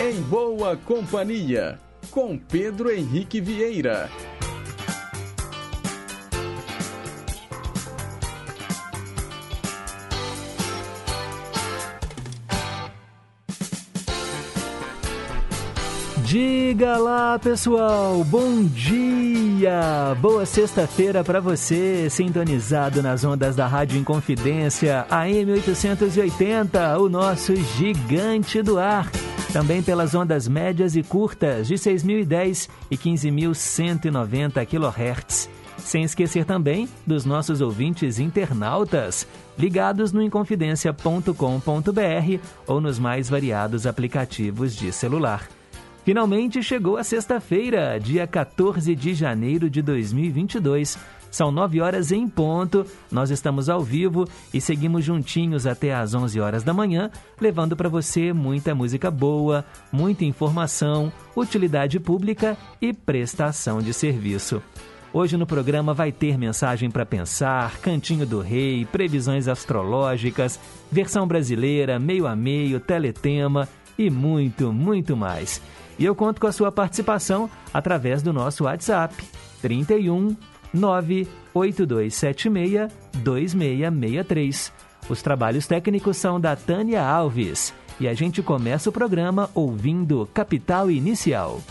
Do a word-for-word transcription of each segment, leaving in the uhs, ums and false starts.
Em Boa Companhia, com Pedro Henrique Vieira. Diga lá, pessoal, bom dia, boa sexta-feira para você, sintonizado nas ondas da Rádio Inconfidência, A M oitocentos e oitenta, o nosso gigante do ar, também pelas ondas médias e curtas de seis mil e dez e quinze mil cento e noventa quilohertz, sem esquecer também dos nossos ouvintes internautas, ligados no inconfidencia ponto com ponto b r ou nos mais variados aplicativos de celular. Finalmente chegou a sexta-feira, dia quatorze de janeiro de dois mil e vinte e dois. São nove horas em ponto, nós estamos ao vivo e seguimos juntinhos até às onze horas da manhã, levando para você muita música boa, muita informação, utilidade pública e prestação de serviço. Hoje no programa vai ter mensagem para pensar, Cantinho do Rei, previsões astrológicas, versão brasileira, meio a meio, teletema e muito, muito mais. E eu conto com a sua participação através do nosso WhatsApp, trinta e um, nove oito dois sete seis, dois seis seis três. Os trabalhos técnicos são da Tânia Alves. E a gente começa o programa ouvindo Capital Inicial.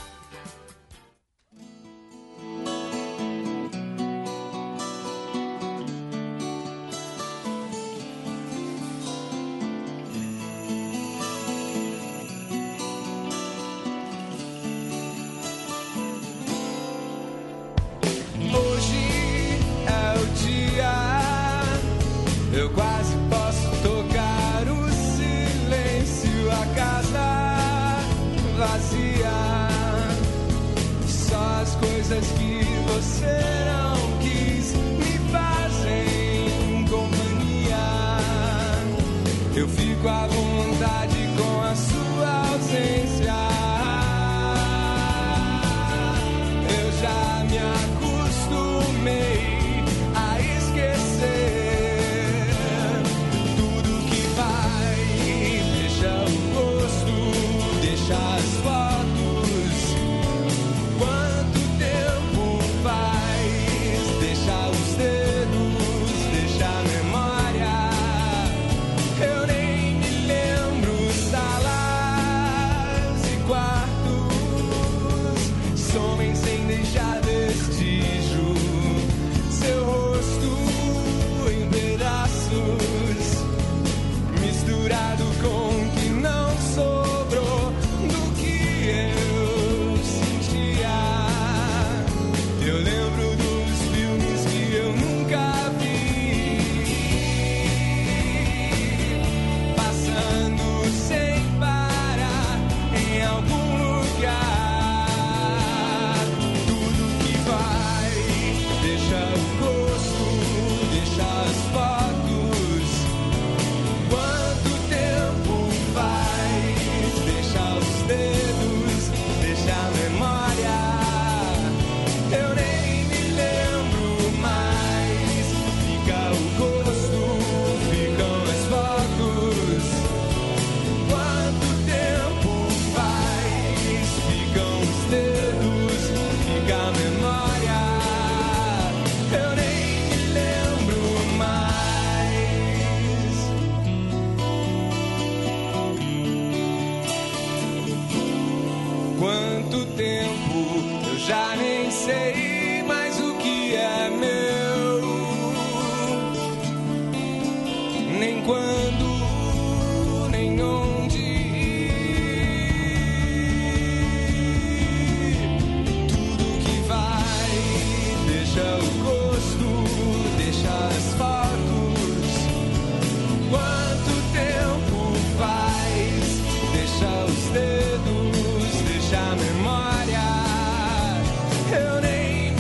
Deixa a memória, eu nem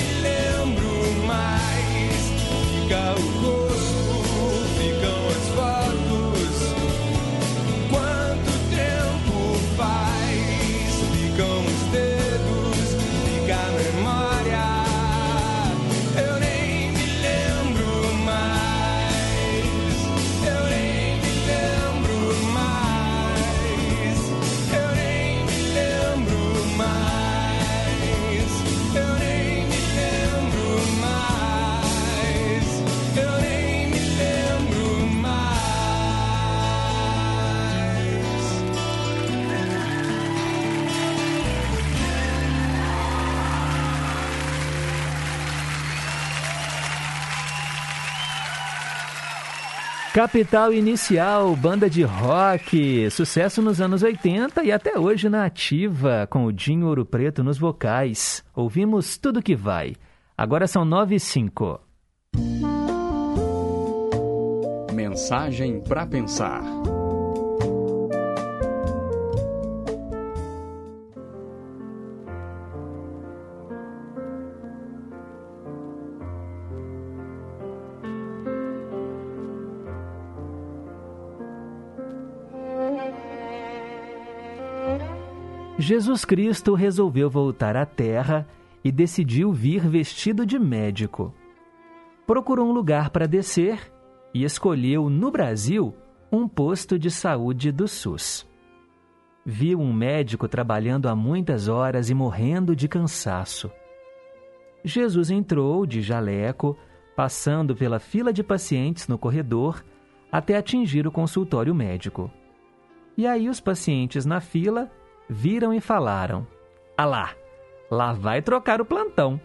Capital Inicial, banda de rock, sucesso nos anos oitenta e até hoje na ativa, com o Dinho Ouro Preto nos vocais. Ouvimos Tudo Que Vai. Agora são nove e cinco. Mensagem para pensar. Jesus Cristo resolveu voltar à Terra e decidiu vir vestido de médico. Procurou um lugar para descer e escolheu, no Brasil, um posto de saúde do SUS. Viu um médico trabalhando há muitas horas e morrendo de cansaço. Jesus entrou de jaleco, passando pela fila de pacientes no corredor, até atingir o consultório médico. E aí os pacientes na fila viram e falaram: "Ah lá, lá vai trocar o plantão."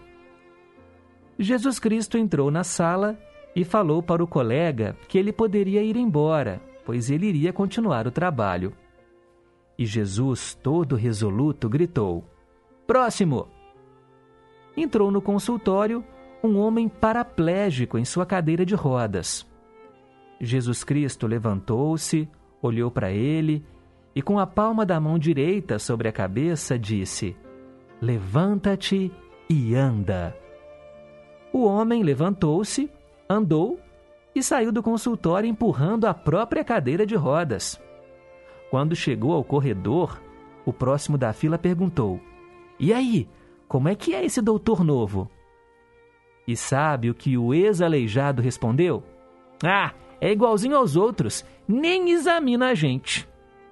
Jesus Cristo entrou na sala e falou para o colega que ele poderia ir embora, pois ele iria continuar o trabalho. E Jesus, todo resoluto, gritou: "Próximo!" Entrou no consultório um homem paraplégico em sua cadeira de rodas. Jesus Cristo levantou-se, olhou para ele e, com a palma da mão direita sobre a cabeça, disse: "Levanta-te e anda." O homem levantou-se, andou e saiu do consultório empurrando a própria cadeira de rodas. Quando chegou ao corredor, o próximo da fila perguntou: "E aí, como é que é esse doutor novo?" E sabe o que o ex-aleijado respondeu? "Ah, é igualzinho aos outros, nem examina a gente."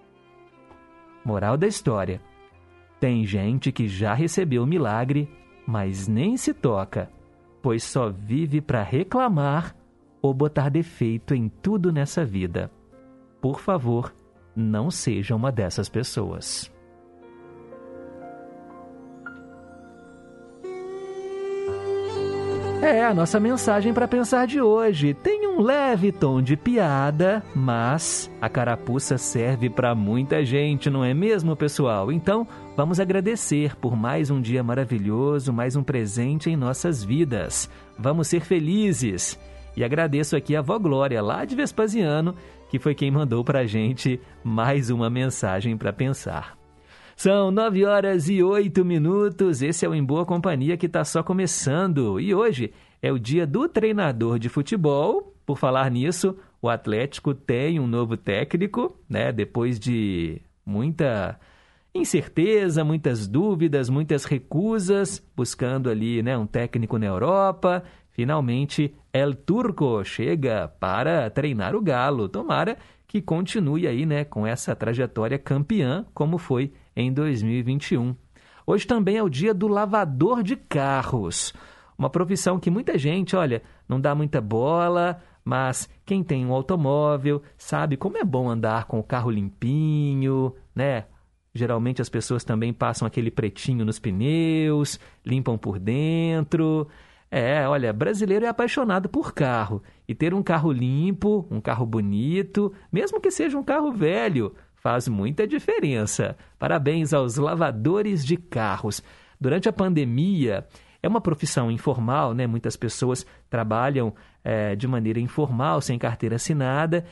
Moral da história: tem gente que já recebeu o milagre, mas nem se toca, pois só vive para reclamar ou botar defeito em tudo nessa vida. Por favor, não seja uma dessas pessoas. É a nossa mensagem para pensar de hoje. Tem um leve tom de piada, mas a carapuça serve para muita gente, não é mesmo, pessoal? Então, vamos agradecer por mais um dia maravilhoso, mais um presente em nossas vidas. Vamos ser felizes. E agradeço aqui a Vó Glória, lá de Vespasiano, que foi quem mandou para a gente mais uma mensagem para pensar. São nove horas e oito minutos, esse é o Em Boa Companhia que está só começando. E hoje é o dia do treinador de futebol. Por falar nisso, o Atlético tem um novo técnico, né? Depois de muita incerteza, muitas dúvidas, muitas recusas, buscando ali, né, um técnico na Europa. Finalmente, El Turco chega para treinar o Galo. Tomara que continue aí, né, com essa trajetória campeã, como foi em dois mil e vinte e um. Hoje também é o dia do lavador de carros. Uma profissão que muita gente, olha, não dá muita bola, mas quem tem um automóvel sabe como é bom andar com o carro limpinho, né? Geralmente as pessoas também passam aquele pretinho nos pneus, limpam por dentro. É, olha, brasileiro é apaixonado por carro. E ter um carro limpo, um carro bonito, mesmo que seja um carro velho, faz muita diferença. Parabéns aos lavadores de carros. Durante a pandemia, é uma profissão informal, né? Muitas pessoas trabalham é, de maneira informal, sem carteira assinada.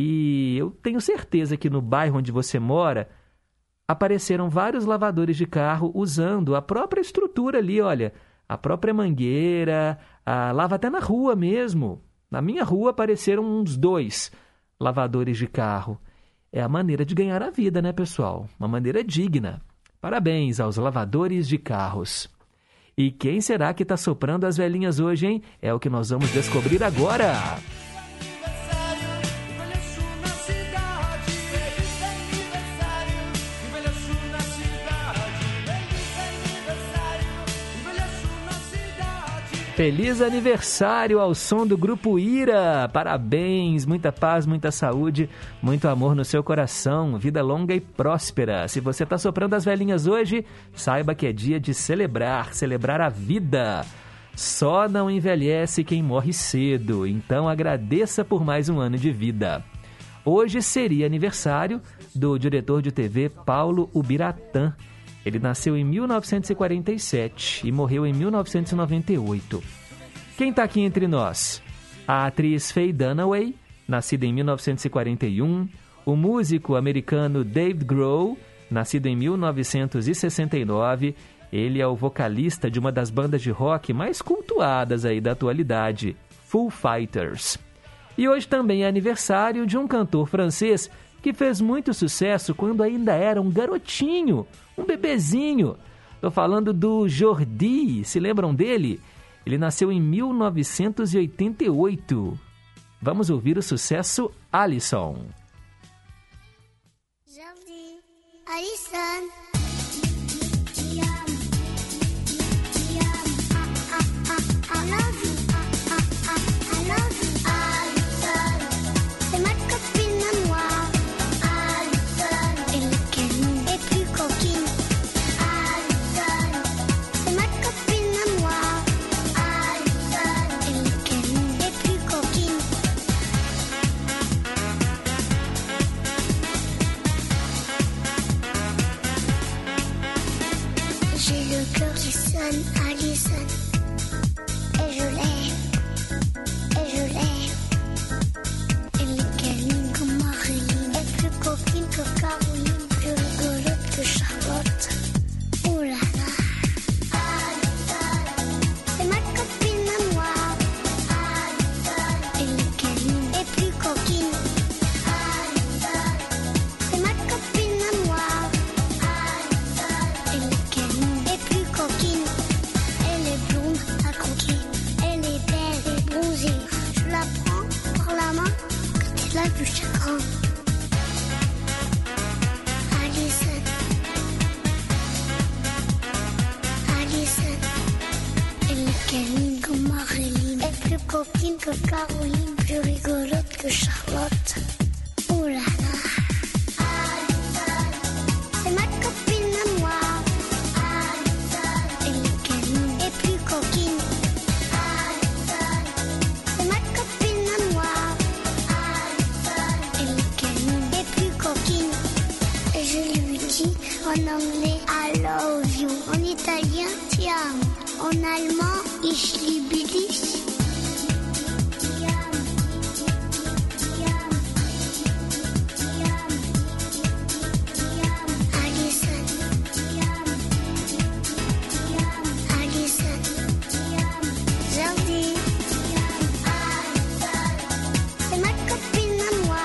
E eu tenho certeza que no bairro onde você mora, apareceram vários lavadores de carro usando a própria estrutura ali, olha, a própria mangueira, a, lava até na rua mesmo. Na minha rua apareceram uns dois lavadores de carro. É a maneira de ganhar a vida, né, pessoal? Uma maneira digna. Parabéns aos lavadores de carros. E quem será que está soprando as velhinhas hoje, hein? É o que nós vamos descobrir agora. Feliz aniversário ao som do Grupo Ira! Parabéns, muita paz, muita saúde, muito amor no seu coração, vida longa e próspera. Se você está soprando as velhinhas hoje, saiba que é dia de celebrar, celebrar a vida. Só não envelhece quem morre cedo, então agradeça por mais um ano de vida. Hoje seria aniversário do diretor de T V Paulo Ubiratã. Ele nasceu em mil novecentos e quarenta e sete e morreu em mil novecentos e noventa e oito. Quem está aqui entre nós? A atriz Faye Dunaway, nascida em mil novecentos e quarenta e um, o músico americano Dave Grohl, nascido em mil novecentos e sessenta e nove, ele é o vocalista de uma das bandas de rock mais cultuadas aí da atualidade, Foo Fighters. E hoje também é aniversário de um cantor francês que fez muito sucesso quando ainda era um garotinho, um bebezinho. Estou falando do Jordi, se lembram dele? Ele nasceu em mil novecentos e oitenta e oito. Vamos ouvir o sucesso Alison. Jordi, Alison. Alison, et je l'aime, et je l'aime. Elle est câline comme Marilyn, et plus coquine que Caroline, plus rigolote que Charlotte. Ouh là là. Alison, c'est ma copine à moi. Alison, elle est câline et plus coquine. Alison, c'est ma copine à moi. Alison, elle est câline et plus coquine. La du chagrin. Alison, Alison, elle est câline comme Marilyn, elle est plus coquine que Caroline, plus rigolote que Charlotte. Ouh là là. Alison, c'est ma copine à moi. Alison, elle est câline et plus coquine. Alison, c'est ma copine à moi. Et je lui dis en anglais I love you, en italien ti amo, en allemand ich liebe dich. Alison, Alison, Jordi, c'est ma copine à moi.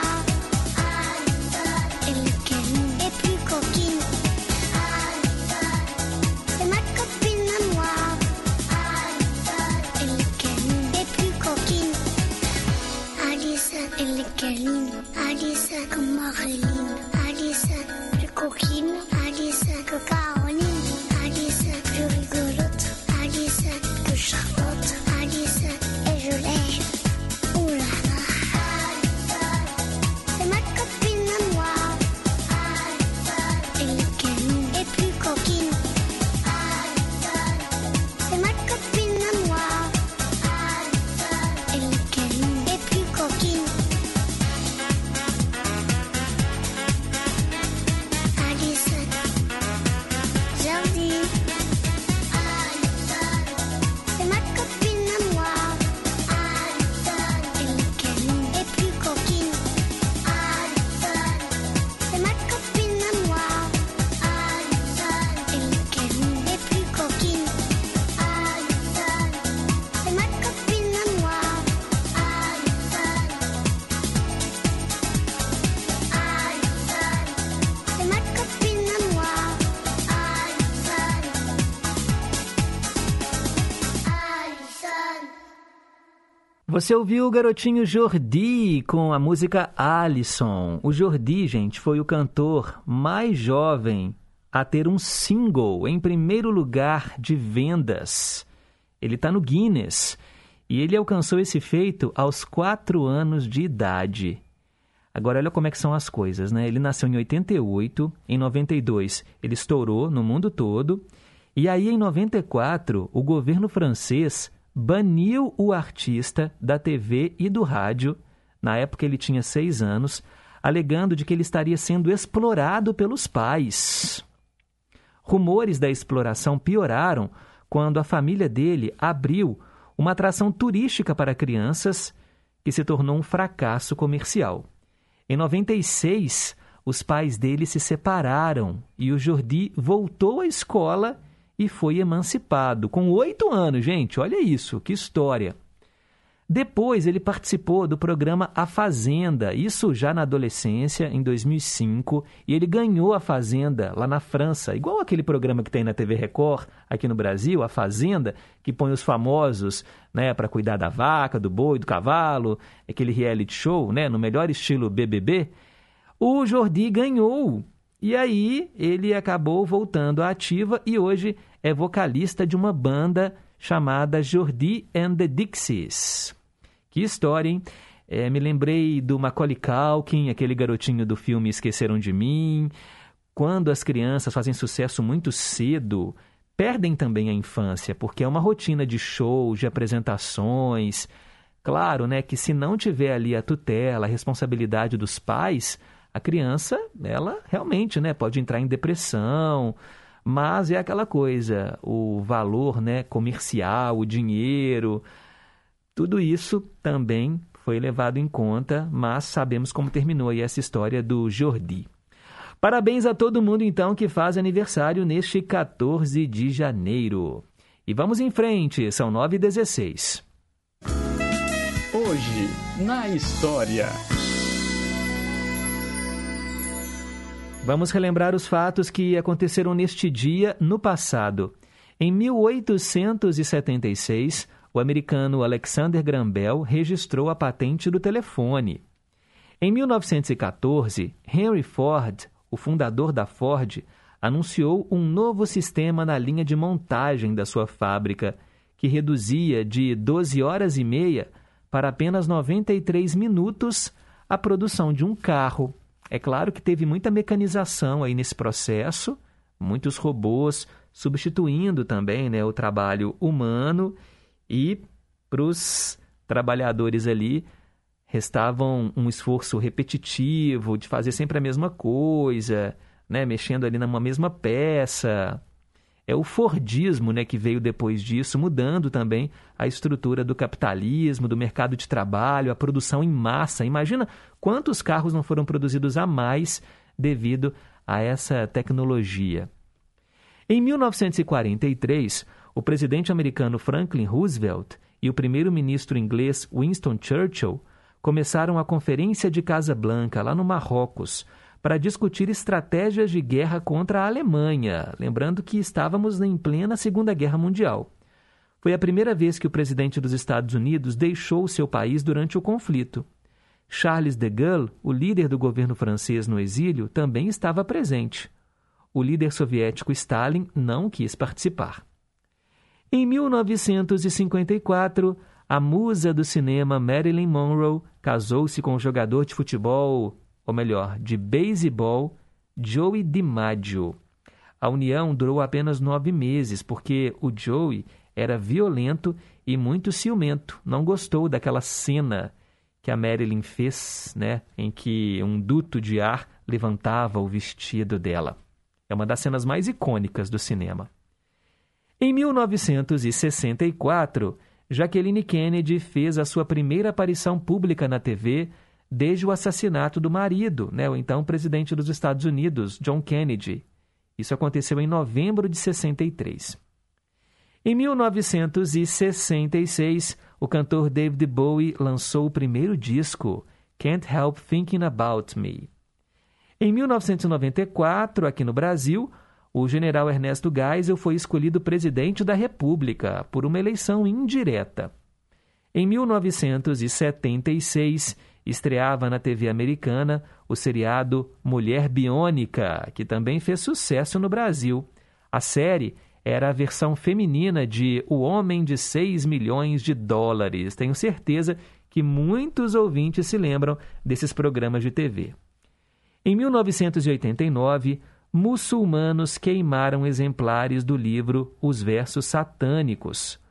Elle est câline, Alison comme Marilyn, Alison plus coquine, Alison que Caroline, Alison plus rigolote, Alison que Charlotte, Alison et je l'aime. Ouh là là. Alison, c'est ma copine à moi. Alison, elle est câline et plus coquine. Alison, c'est ma copine à moi. Alison, elle est câline et plus coquine. Você ouviu o garotinho Jordi com a música Alison. O Jordi, gente, foi o cantor mais jovem a ter um single em primeiro lugar de vendas. Ele está no Guinness e ele alcançou esse feito aos quatro anos de idade. Agora, olha como é que são as coisas, né? Ele nasceu em oitenta e oito, em noventa e dois ele estourou no mundo todo, e aí em noventa e quatro o governo francês baniu o artista da T V e do rádio. Na época ele tinha seis anos, alegando de que ele estaria sendo explorado pelos pais. Rumores da exploração pioraram quando a família dele abriu uma atração turística para crianças que se tornou um fracasso comercial. Em noventa e seis, os pais dele se separaram e o Jordi voltou à escola e foi emancipado, com oito anos, gente, olha isso, que história. Depois ele participou do programa A Fazenda, isso já na adolescência, em dois mil e cinco, e ele ganhou a Fazenda lá na França, igual aquele programa que tem na T V Record, aqui no Brasil, A Fazenda, que põe os famosos, né, para cuidar da vaca, do boi, do cavalo, aquele reality show, né, no melhor estilo B B B. O Jordi ganhou, e aí ele acabou voltando à ativa e hoje é vocalista de uma banda chamada Jordi and the Dixies. Que história, hein? É, me lembrei do Macaulay Culkin, aquele garotinho do filme Esqueceram de Mim. Quando as crianças fazem sucesso muito cedo, perdem também a infância, porque é uma rotina de shows, de apresentações. Claro, né, que se não tiver ali a tutela, a responsabilidade dos pais, a criança, ela realmente, né, pode entrar em depressão. Mas é aquela coisa, o valor, né, comercial, o dinheiro, tudo isso também foi levado em conta, mas sabemos como terminou aí essa história do Jordi. Parabéns a todo mundo, então, que faz aniversário neste quatorze de janeiro. E vamos em frente, são nove e dezesseis. Hoje, na história... Vamos relembrar os fatos que aconteceram neste dia no passado. Em mil oitocentos e setenta e seis, o americano Alexander Graham Bell registrou a patente do telefone. Em mil novecentos e quatorze, Henry Ford, o fundador da Ford, anunciou um novo sistema na linha de montagem da sua fábrica, que reduzia de doze horas e meia para apenas noventa e três minutos a produção de um carro. É claro que teve muita mecanização aí nesse processo, muitos robôs substituindo também, né, o trabalho humano, e para os trabalhadores ali restavam um esforço repetitivo de fazer sempre a mesma coisa, né, mexendo ali numa mesma peça. É o Fordismo, né, que veio depois disso, mudando também a estrutura do capitalismo, do mercado de trabalho, a produção em massa. Imagina quantos carros não foram produzidos a mais devido a essa tecnologia. Em mil novecentos e quarenta e três, o presidente americano Franklin Roosevelt e o primeiro-ministro inglês Winston Churchill começaram a Conferência de Casablanca, lá no Marrocos, para discutir estratégias de guerra contra a Alemanha, lembrando que estávamos em plena Segunda Guerra Mundial. Foi a primeira vez que o presidente dos Estados Unidos deixou o seu país durante o conflito. Charles de Gaulle, o líder do governo francês no exílio, também estava presente. O líder soviético Stalin não quis participar. Em mil novecentos e cinquenta e quatro, a musa do cinema Marilyn Monroe casou-se com o jogador de futebol, ou melhor, de beisebol, Joey DiMaggio. A união durou apenas nove meses, porque o Joey era violento e muito ciumento. Não gostou daquela cena que a Marilyn fez, né, em que um duto de ar levantava o vestido dela. É uma das cenas mais icônicas do cinema. Em mil novecentos e sessenta e quatro, Jacqueline Kennedy fez a sua primeira aparição pública na T V desde o assassinato do marido, né, o então presidente dos Estados Unidos, John Kennedy. Isso aconteceu em novembro de sessenta e três. Em mil novecentos e sessenta e seis, o cantor David Bowie lançou o primeiro disco, Can't Help Thinking About Me. Em mil novecentos e noventa e quatro, aqui no Brasil, o general Ernesto Geisel foi escolhido presidente da República por uma eleição indireta. Em mil novecentos e setenta e seis, estreava na T V americana o seriado Mulher Biônica, que também fez sucesso no Brasil. A série era a versão feminina de O Homem de seis milhões de dólares. Tenho certeza que muitos ouvintes se lembram desses programas de T V. Em mil novecentos e oitenta e nove, muçulmanos queimaram exemplares do livro Os Versos Satânicos.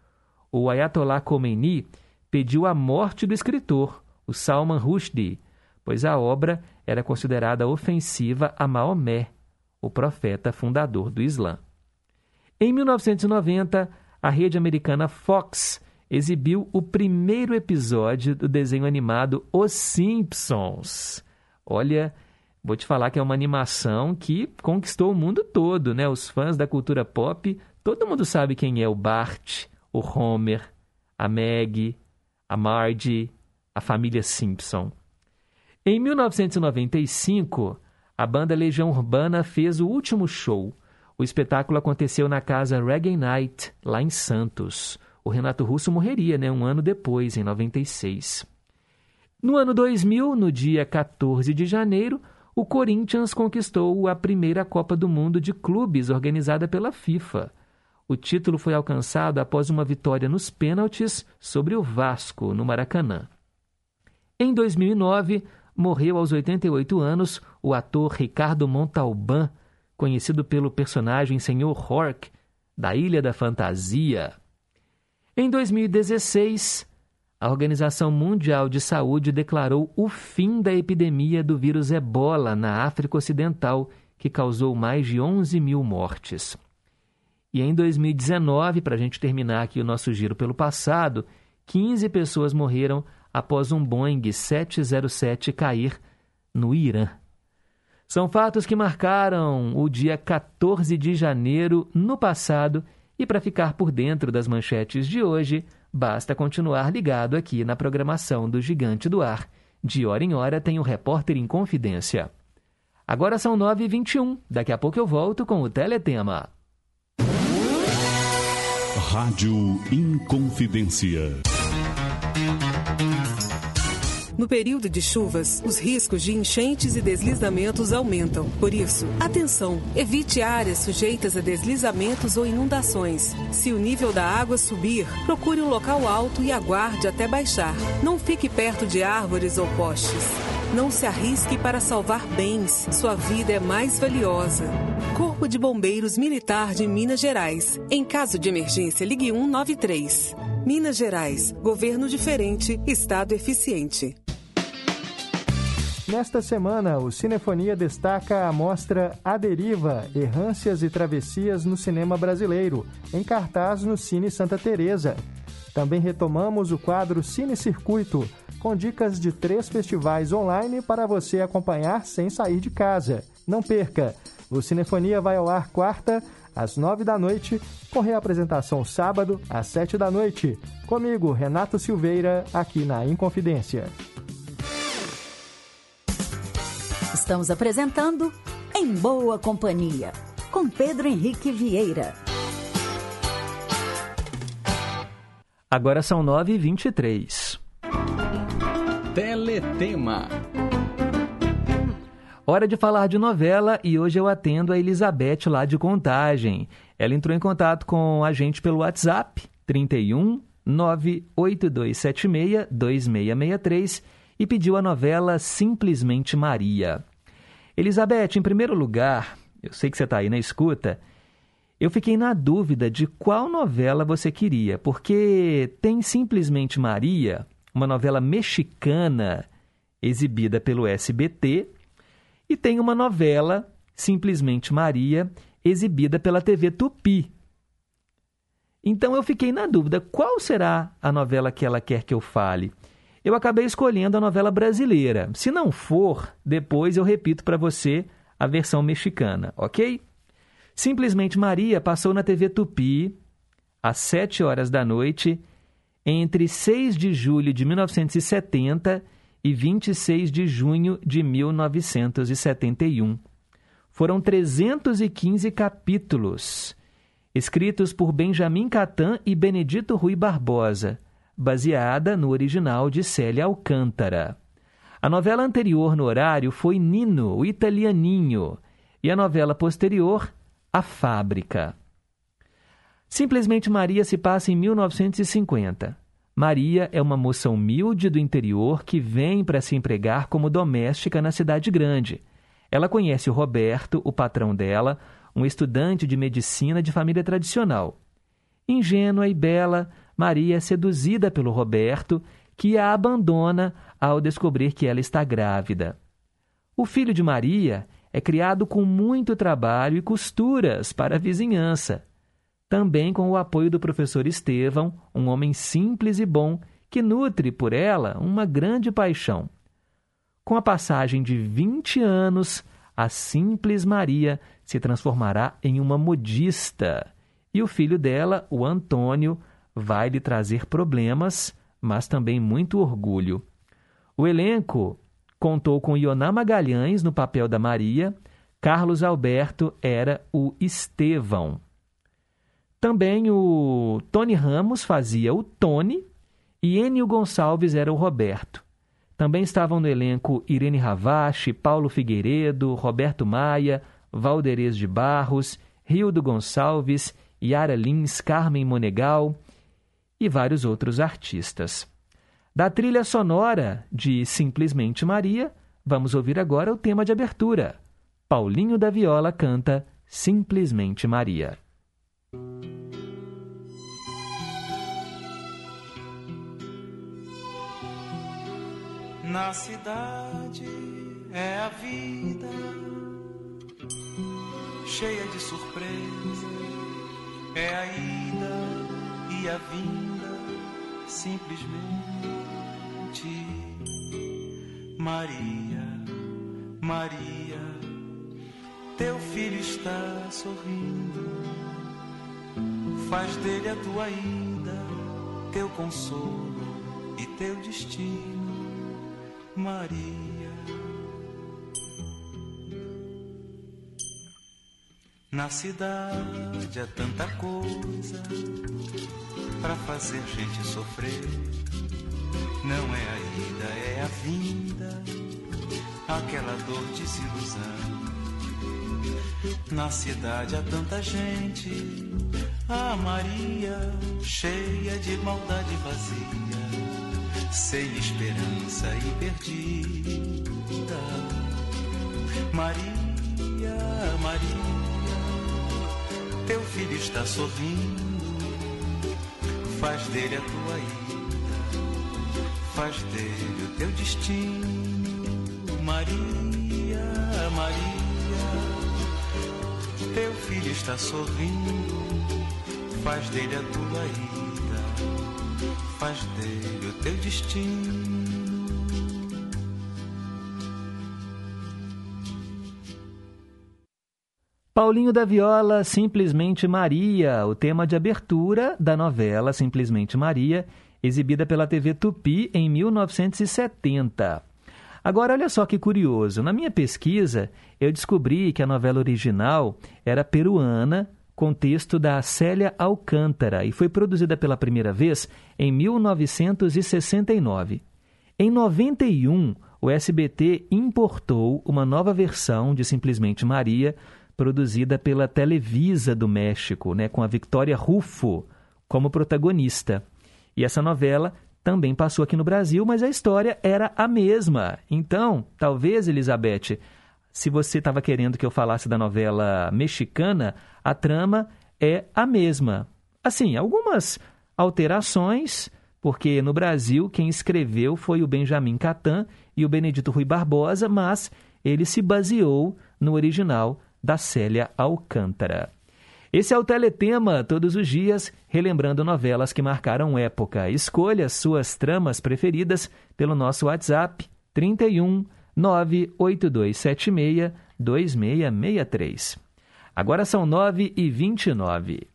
o Ayatollah Khomeini pediu a morte do escritor, o Salman Rushdie, pois a obra era considerada ofensiva a Maomé, o profeta fundador do Islã. Em mil novecentos e noventa, a rede americana Fox exibiu o primeiro episódio do desenho animado Os Simpsons. Olha, vou te falar que é uma animação que conquistou o mundo todo, né? Os fãs da cultura pop, todo mundo sabe quem é o Bart, o Homer, a Maggie, a Marge, a família Simpson. Em mil novecentos e noventa e cinco, a banda Legião Urbana fez o último show. O espetáculo aconteceu na casa Reggae Night, lá em Santos. O Renato Russo morreria, né, um ano depois, em noventa e seis. No ano dois mil, no dia quatorze de janeiro, o Corinthians conquistou a primeira Copa do Mundo de Clubes organizada pela FIFA. O título foi alcançado após uma vitória nos pênaltis sobre o Vasco, no Maracanã. Em dois mil e nove, morreu aos oitenta e oito anos o ator Ricardo Montalbán, conhecido pelo personagem senhor Hork, da Ilha da Fantasia. Em dois mil e dezesseis, a Organização Mundial de Saúde declarou o fim da epidemia do vírus Ebola na África Ocidental, que causou mais de onze mil mortes. E em dois mil e dezenove, para a gente terminar aqui o nosso giro pelo passado, quinze pessoas morreram após um Boeing sete zero sete cair no Irã. São fatos que marcaram o dia quatorze de janeiro no passado, e para ficar por dentro das manchetes de hoje, basta continuar ligado aqui na programação do Gigante do Ar. De hora em hora tem o Repórter em Confidência. Agora são nove e vinte e um, daqui a pouco eu volto com o Teletema. Rádio Inconfidência. No período de chuvas, os riscos de enchentes e deslizamentos aumentam. Por isso, atenção! Evite áreas sujeitas a deslizamentos ou inundações. Se o nível da água subir, procure um local alto e aguarde até baixar. Não fique perto de árvores ou postes. Não se arrisque para salvar bens. Sua vida é mais valiosa. Corpo de Bombeiros Militar de Minas Gerais. Em caso de emergência, ligue um nove três. Minas Gerais. Governo diferente, Estado eficiente. Nesta semana, o Cinefonia destaca a mostra A Deriva, Errâncias e Travessias no Cinema Brasileiro, em cartaz no Cine Santa Teresa. Também retomamos o quadro Cine Circuito, com dicas de três festivais online para você acompanhar sem sair de casa. Não perca! O Cinefonia vai ao ar quarta, às nove da noite, com reapresentação sábado, às sete da noite. Comigo, Renato Silveira, aqui na Inconfidência. Estamos apresentando Em Boa Companhia, com Pedro Henrique Vieira. Agora são nove e vinte e três. Teletema. Hora de falar de novela e hoje eu atendo a Elizabeth lá de Contagem. Ela entrou em contato com a gente pelo WhatsApp trinta e um, nove oito dois sete seis, dois seis seis três e pediu a novela Simplesmente Maria. Elizabeth, em primeiro lugar, eu sei que você está aí na escuta, eu fiquei na dúvida de qual novela você queria, porque tem Simplesmente Maria, uma novela mexicana exibida pelo S B T, e tem uma novela, Simplesmente Maria, exibida pela T V Tupi. Então eu fiquei na dúvida, qual será a novela que ela quer que eu fale? Eu acabei escolhendo a novela brasileira. Se não for, depois eu repito para você a versão mexicana, ok? Simplesmente Maria passou na T V Tupi, às sete horas da noite, entre seis de julho de mil novecentos e setenta e vinte e seis de junho de mil novecentos e setenta e um. Foram trezentos e quinze capítulos, escritos por Benjamin Catã e Benedito Rui Barbosa, baseada no original de Célia Alcântara. A novela anterior no horário foi Nino, o Italianinho, e a novela posterior, A Fábrica. Simplesmente Maria se passa em mil novecentos e cinquenta. Maria é uma moça humilde do interior que vem para se empregar como doméstica na cidade grande. Ela conhece o Roberto, o patrão dela, um estudante de medicina de família tradicional. Ingênua e bela, Maria é seduzida pelo Roberto, que a abandona ao descobrir que ela está grávida. O filho de Maria é criado com muito trabalho e costuras para a vizinhança, também com o apoio do professor Estevão, um homem simples e bom, que nutre por ela uma grande paixão. Com a passagem de vinte anos, a simples Maria se transformará em uma modista, e o filho dela, o Antônio, vai lhe trazer problemas, mas também muito orgulho. O elenco contou com Ioná Magalhães no papel da Maria, Carlos Alberto era o Estevão. Também o Tony Ramos fazia o Tony e Enio Gonçalves era o Roberto. Também estavam no elenco Irene Ravache, Paulo Figueiredo, Roberto Maia, Valderez de Barros, Rildo Gonçalves, Yara Lins, Carmen Monegal e vários outros artistas. Da trilha sonora de Simplesmente Maria, vamos ouvir agora o tema de abertura. Paulinho da Viola canta Simplesmente Maria. Na cidade é a vida, cheia de surpresa, é a ida e a vinda, simplesmente Maria, Maria, teu filho está sorrindo, faz dele a tua ida, teu consolo e teu destino, Maria. Na cidade há tanta coisa pra fazer gente sofrer. Não é a ida, é a vinda, aquela dor de desilusão. Na cidade há tanta gente, a Maria, cheia de maldade vazia, sem esperança e perdida. Maria, Maria, teu filho está sorrindo, faz dele a tua ida, faz dele o teu destino. Maria, Maria, teu filho está sorrindo, faz dele a tua ida, faz dele o teu destino. Paulinho da Viola, Simplesmente Maria, o tema de abertura da novela Simplesmente Maria, exibida pela T V Tupi em mil novecentos e setenta. Agora, olha só que curioso, na minha pesquisa eu descobri que a novela original era peruana, com texto da Célia Alcântara, e foi produzida pela primeira vez em mil novecentos e sessenta e nove. Em noventa e um, o S B T importou uma nova versão de Simplesmente Maria, produzida pela Televisa do México, né, com a Victoria Rufo como protagonista. E essa novela também passou aqui no Brasil, mas a história era a mesma. Então, talvez, Elizabeth, se você estava querendo que eu falasse da novela mexicana, a trama é a mesma. Assim, algumas alterações, porque no Brasil quem escreveu foi o Benjamin Catan e o Benedito Rui Barbosa, mas ele se baseou no original da Célia Alcântara. Esse é o Teletema, todos os dias, relembrando novelas que marcaram época. Escolha suas tramas preferidas pelo nosso WhatsApp trinta e um, nove oito dois sete seis, dois seis seis três. Agora são nove e vinte e nove.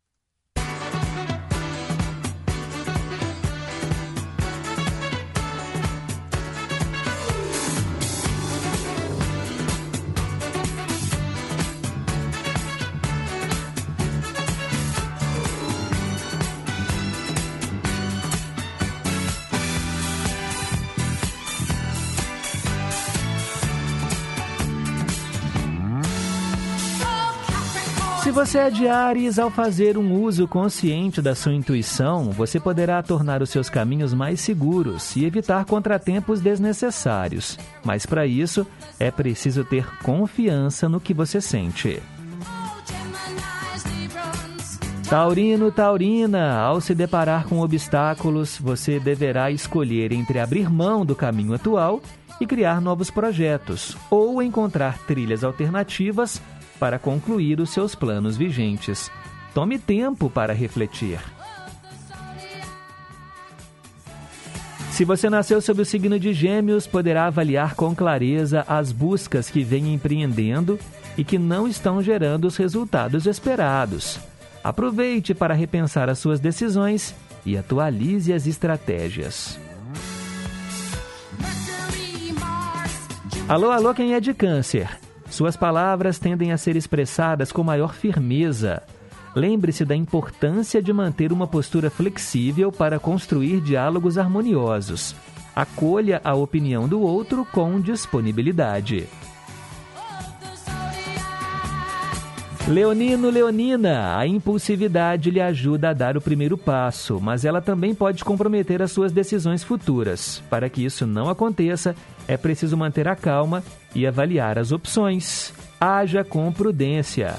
Se você é de Áries, ao fazer um uso consciente da sua intuição, você poderá tornar os seus caminhos mais seguros e evitar contratempos desnecessários. Mas para isso, é preciso ter confiança no que você sente. Taurino, taurina, ao se deparar com obstáculos, você deverá escolher entre abrir mão do caminho atual e criar novos projetos, ou encontrar trilhas alternativas para concluir os seus planos vigentes. Tome tempo para refletir. Se você nasceu sob o signo de Gêmeos, poderá avaliar com clareza as buscas que vem empreendendo e que não estão gerando os resultados esperados. Aproveite para repensar as suas decisões e atualize as estratégias. Alô, alô, quem é de Câncer? Suas palavras tendem a ser expressadas com maior firmeza. Lembre-se da importância de manter uma postura flexível para construir diálogos harmoniosos. Acolha a opinião do outro com disponibilidade. Leonino, leonina, a impulsividade lhe ajuda a dar o primeiro passo, mas ela também pode comprometer as suas decisões futuras. Para que isso não aconteça, é preciso manter a calma e avaliar as opções. Haja com prudência.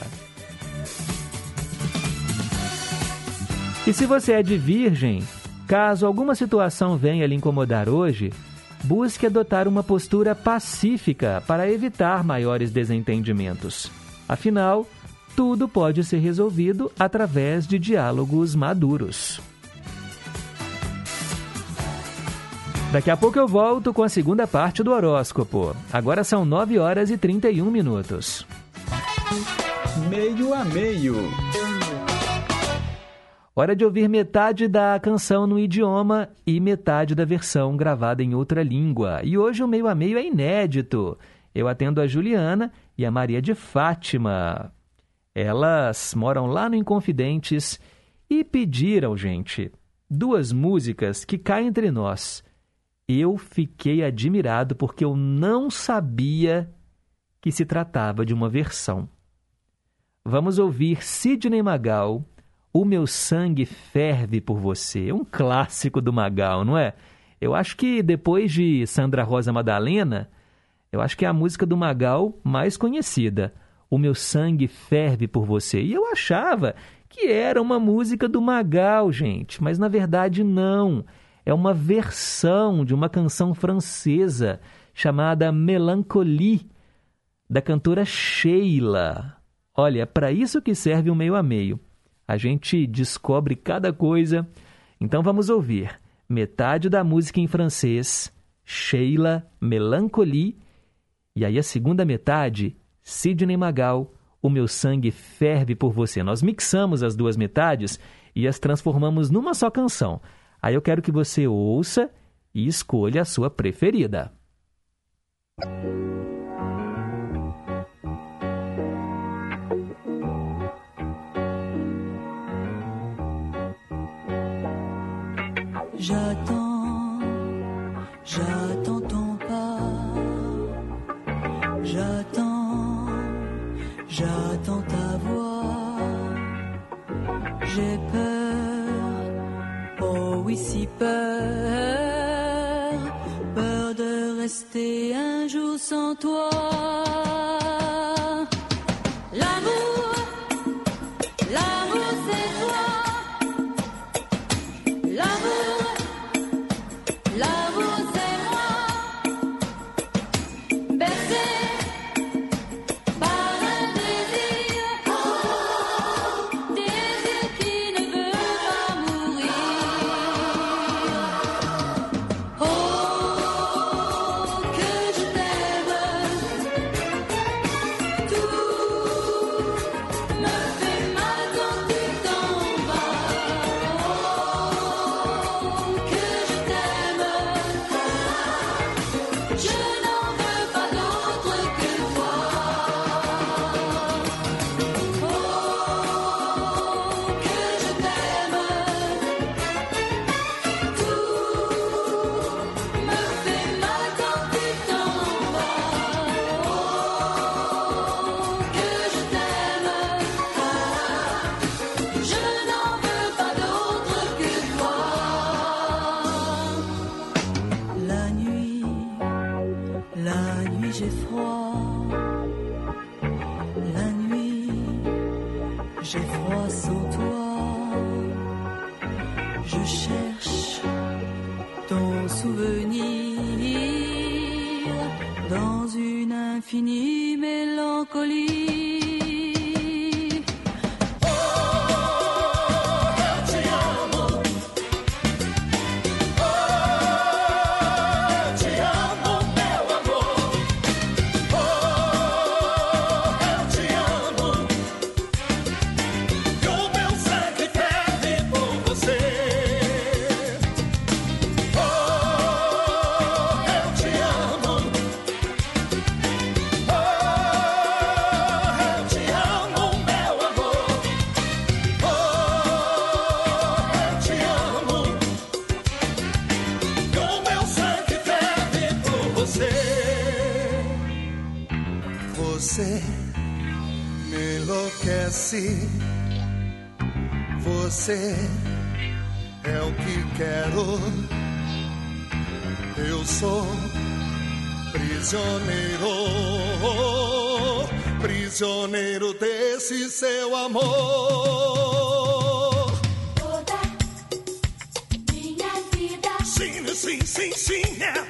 E se você é de Virgem, caso alguma situação venha lhe incomodar hoje, busque adotar uma postura pacífica para evitar maiores desentendimentos. Afinal, tudo pode ser resolvido através de diálogos maduros. Daqui a pouco eu volto com a segunda parte do horóscopo. Agora são nove horas e trinta e um minutos. Meio a meio. Hora de ouvir metade da canção no idioma e metade da versão gravada em outra língua. E hoje o meio a meio é inédito. Eu atendo a Juliana e a Maria de Fátima. Elas moram lá no Inconfidentes e pediram, gente, duas músicas que cá entre nós. Eu fiquei admirado porque eu não sabia que se tratava de uma versão. Vamos ouvir Sidney Magal, O Meu Sangue Ferve por Você. Um clássico do Magal, não é? Eu acho que depois de Sandra Rosa Madalena, eu acho que é a música do Magal mais conhecida. O Meu Sangue Ferve por Você. E eu achava que era uma música do Magal, gente. Mas na verdade não. É uma versão de uma canção francesa chamada Mélancolie, da cantora Sheila. Olha, é para isso que serve o meio a meio. A gente descobre cada coisa. Então vamos ouvir metade da música em francês, Sheila, Mélancolie, e aí a segunda metade, Sidney Magal, O Meu Sangue Ferve por Você. Nós mixamos as duas metades e as transformamos numa só canção. Aí eu quero que você ouça e escolha a sua preferida. J'attends, j'attends ton pas, j'attends, j'attends ta voix, j'ai peur, oh oui si peur, peur de rester un jour sans toi. L'amour, l'amour c'est toi, l'amour, l'amour c'est moi, bercé par un désir, oh, désir qui ne veut pas mourir. Oh, que je t'aime, tout me fait mal quand tu t'en vas. Oh, que je t'aime, je n'en veux pas d'autre que toi. Oh, que je t'aime, tout me fait mal quand tu t'en vas. Oh, que je t'aime, je n'en veux pas d'autre que toi. La nuit, la nuit j'ai froid. La nuit, j'ai froid sans toi. souvenirs dans une infinie mélancolie. Você me enlouquece, você é o que quero. Eu sou prisioneiro, prisioneiro desse seu amor. Toda minha vida, sim, sim, sim, sim, é.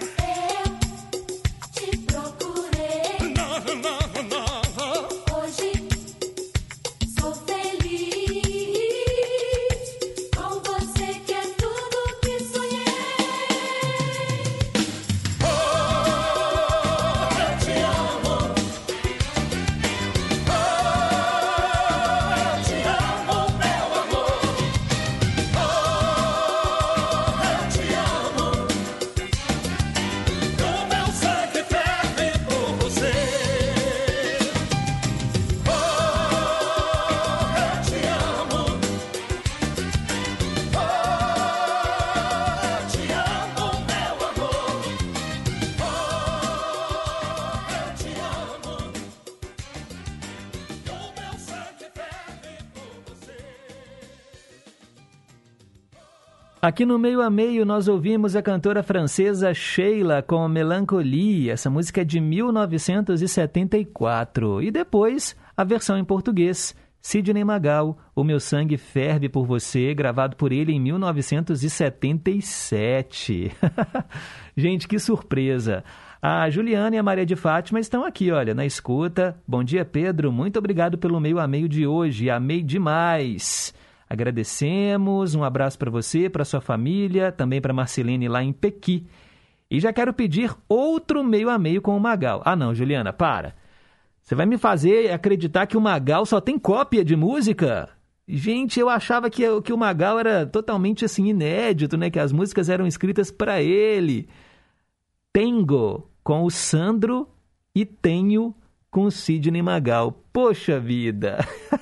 Aqui no Meio a Meio nós ouvimos a cantora francesa Sheila com Melancolia. Essa música é de mil novecentos e setenta e quatro. E depois a versão em português, Sidney Magal, O Meu Sangue Ferve por Você, gravado por ele em mil novecentos e setenta e sete. Gente, que surpresa! A Juliana e a Maria de Fátima estão aqui, olha, na escuta. Bom dia, Pedro. Muito obrigado pelo Meio a Meio de hoje. Amei demais. Agradecemos, um abraço para você, para sua família, também para Marcelene lá em Pequi. E já quero pedir outro Meio a Meio com o Magal. Ah não, Juliana, para. Você vai me fazer acreditar que o Magal só tem cópia de música? Gente, eu achava que, que o Magal era totalmente assim inédito, né? Que as músicas eram escritas para ele. Tengo com o Sandro e Tenho com o Sidney Magal. Poxa vida!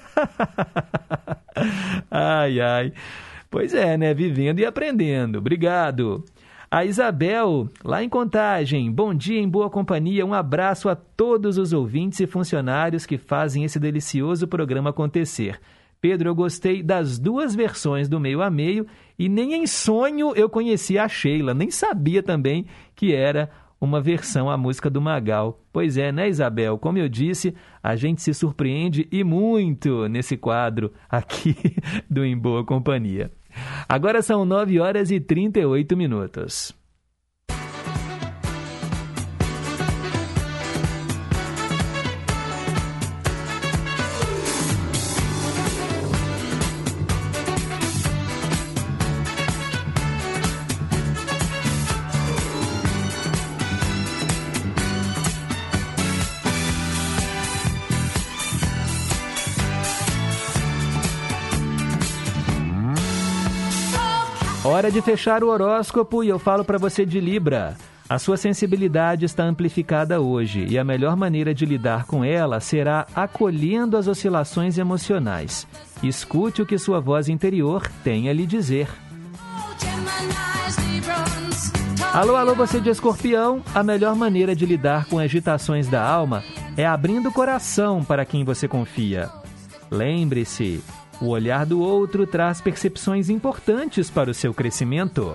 Ai, ai. Pois é, né? Vivendo e aprendendo. Obrigado. A Isabel, lá em Contagem. Bom dia, em boa companhia. Um abraço a todos os ouvintes e funcionários que fazem esse delicioso programa acontecer. Pedro, eu gostei das duas versões do Meio a Meio e nem em sonho eu conhecia a Sheila. Nem sabia também que era uma versão à música do Magal. Pois é, né, Isabel? Como eu disse, a gente se surpreende e muito nesse quadro aqui do Em Boa Companhia. Agora são nove horas e trinta e oito minutos. Hora de fechar o horóscopo e eu falo para você de Libra. A sua sensibilidade está amplificada hoje e a melhor maneira de lidar com ela será acolhendo as oscilações emocionais. Escute o que sua voz interior tem a lhe dizer. Alô, alô, você de Escorpião. A melhor maneira de lidar com agitações da alma é abrindo o coração para quem você confia. Lembre-se, o olhar do outro traz percepções importantes para o seu crescimento.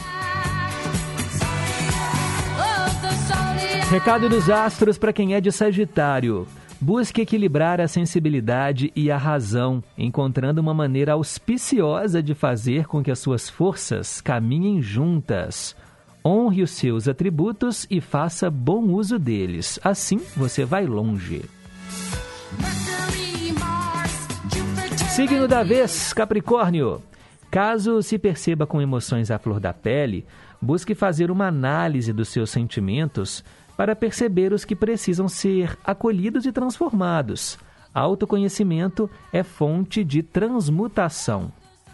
Recado dos astros para quem é de Sagitário. Busque equilibrar a sensibilidade e a razão, encontrando uma maneira auspiciosa de fazer com que as suas forças caminhem juntas. Honre os seus atributos e faça bom uso deles. Assim você vai longe. Signo da vez, Capricórnio. Caso se perceba com emoções à flor da pele, busque fazer uma análise dos seus sentimentos para perceber os que precisam ser acolhidos e transformados. Autoconhecimento é fonte de transmutação.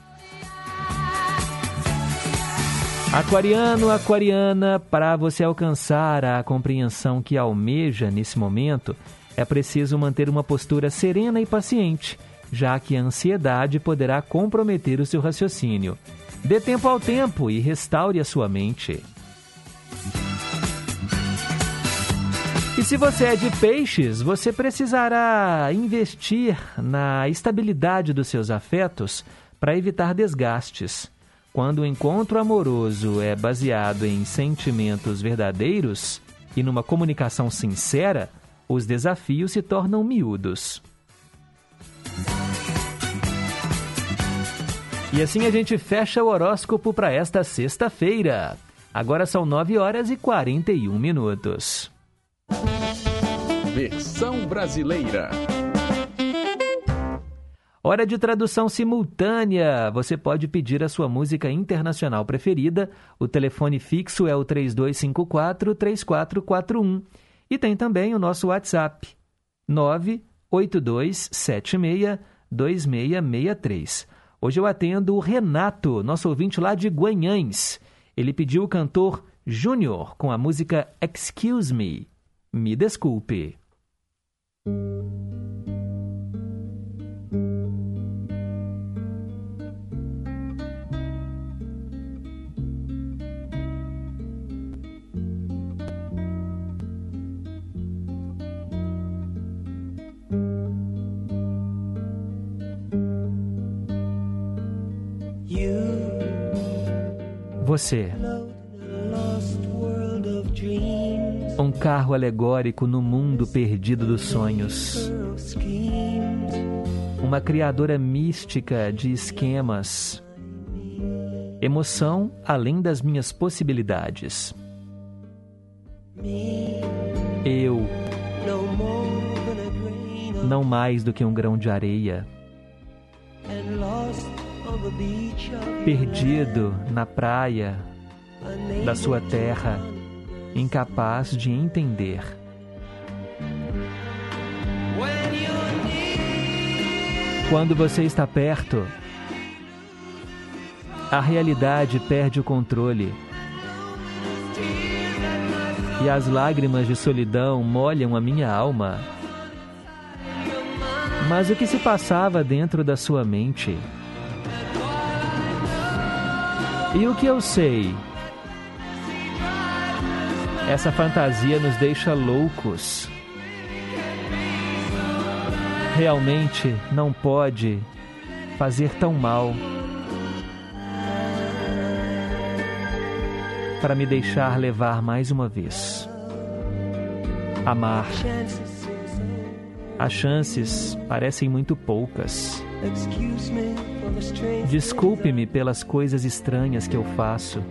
Aquariano, aquariana, para você alcançar a compreensão que almeja nesse momento, é preciso manter uma postura serena e paciente, já que a ansiedade poderá comprometer o seu raciocínio. Dê tempo ao tempo e restaure a sua mente. E se você é de peixes, você precisará investir na estabilidade dos seus afetos para evitar desgastes. Quando o encontro amoroso é baseado em sentimentos verdadeiros e numa comunicação sincera, os desafios se tornam miúdos. E assim a gente fecha o horóscopo para esta sexta-feira. Agora são nove horas e quarenta e um minutos. Versão brasileira. Hora de tradução simultânea. Você pode pedir a sua música internacional preferida. O telefone fixo é o três dois cinco quatro, três quatro quatro um. E tem também o nosso WhatsApp, nove oito dois sete seis dois seis seis três. Hoje eu atendo o Renato, nosso ouvinte lá de Guanhães. Ele pediu o cantor Júnior com a música Excuse Me. Me desculpe. Você, um carro alegórico no mundo perdido dos sonhos, uma criadora mística de esquemas, emoção além das minhas possibilidades. Eu, não mais do que um grão de areia, perdido na praia da sua terra, incapaz de entender. Quando você está perto, a realidade perde o controle e as lágrimas de solidão molham a minha alma. Mas o que se passava dentro da sua mente? E o que eu sei? Essa fantasia nos deixa loucos. Realmente não pode fazer tão mal para me deixar levar mais uma vez. Amar. As chances parecem muito poucas. Desculpe-me pelas coisas estranhas que eu faço.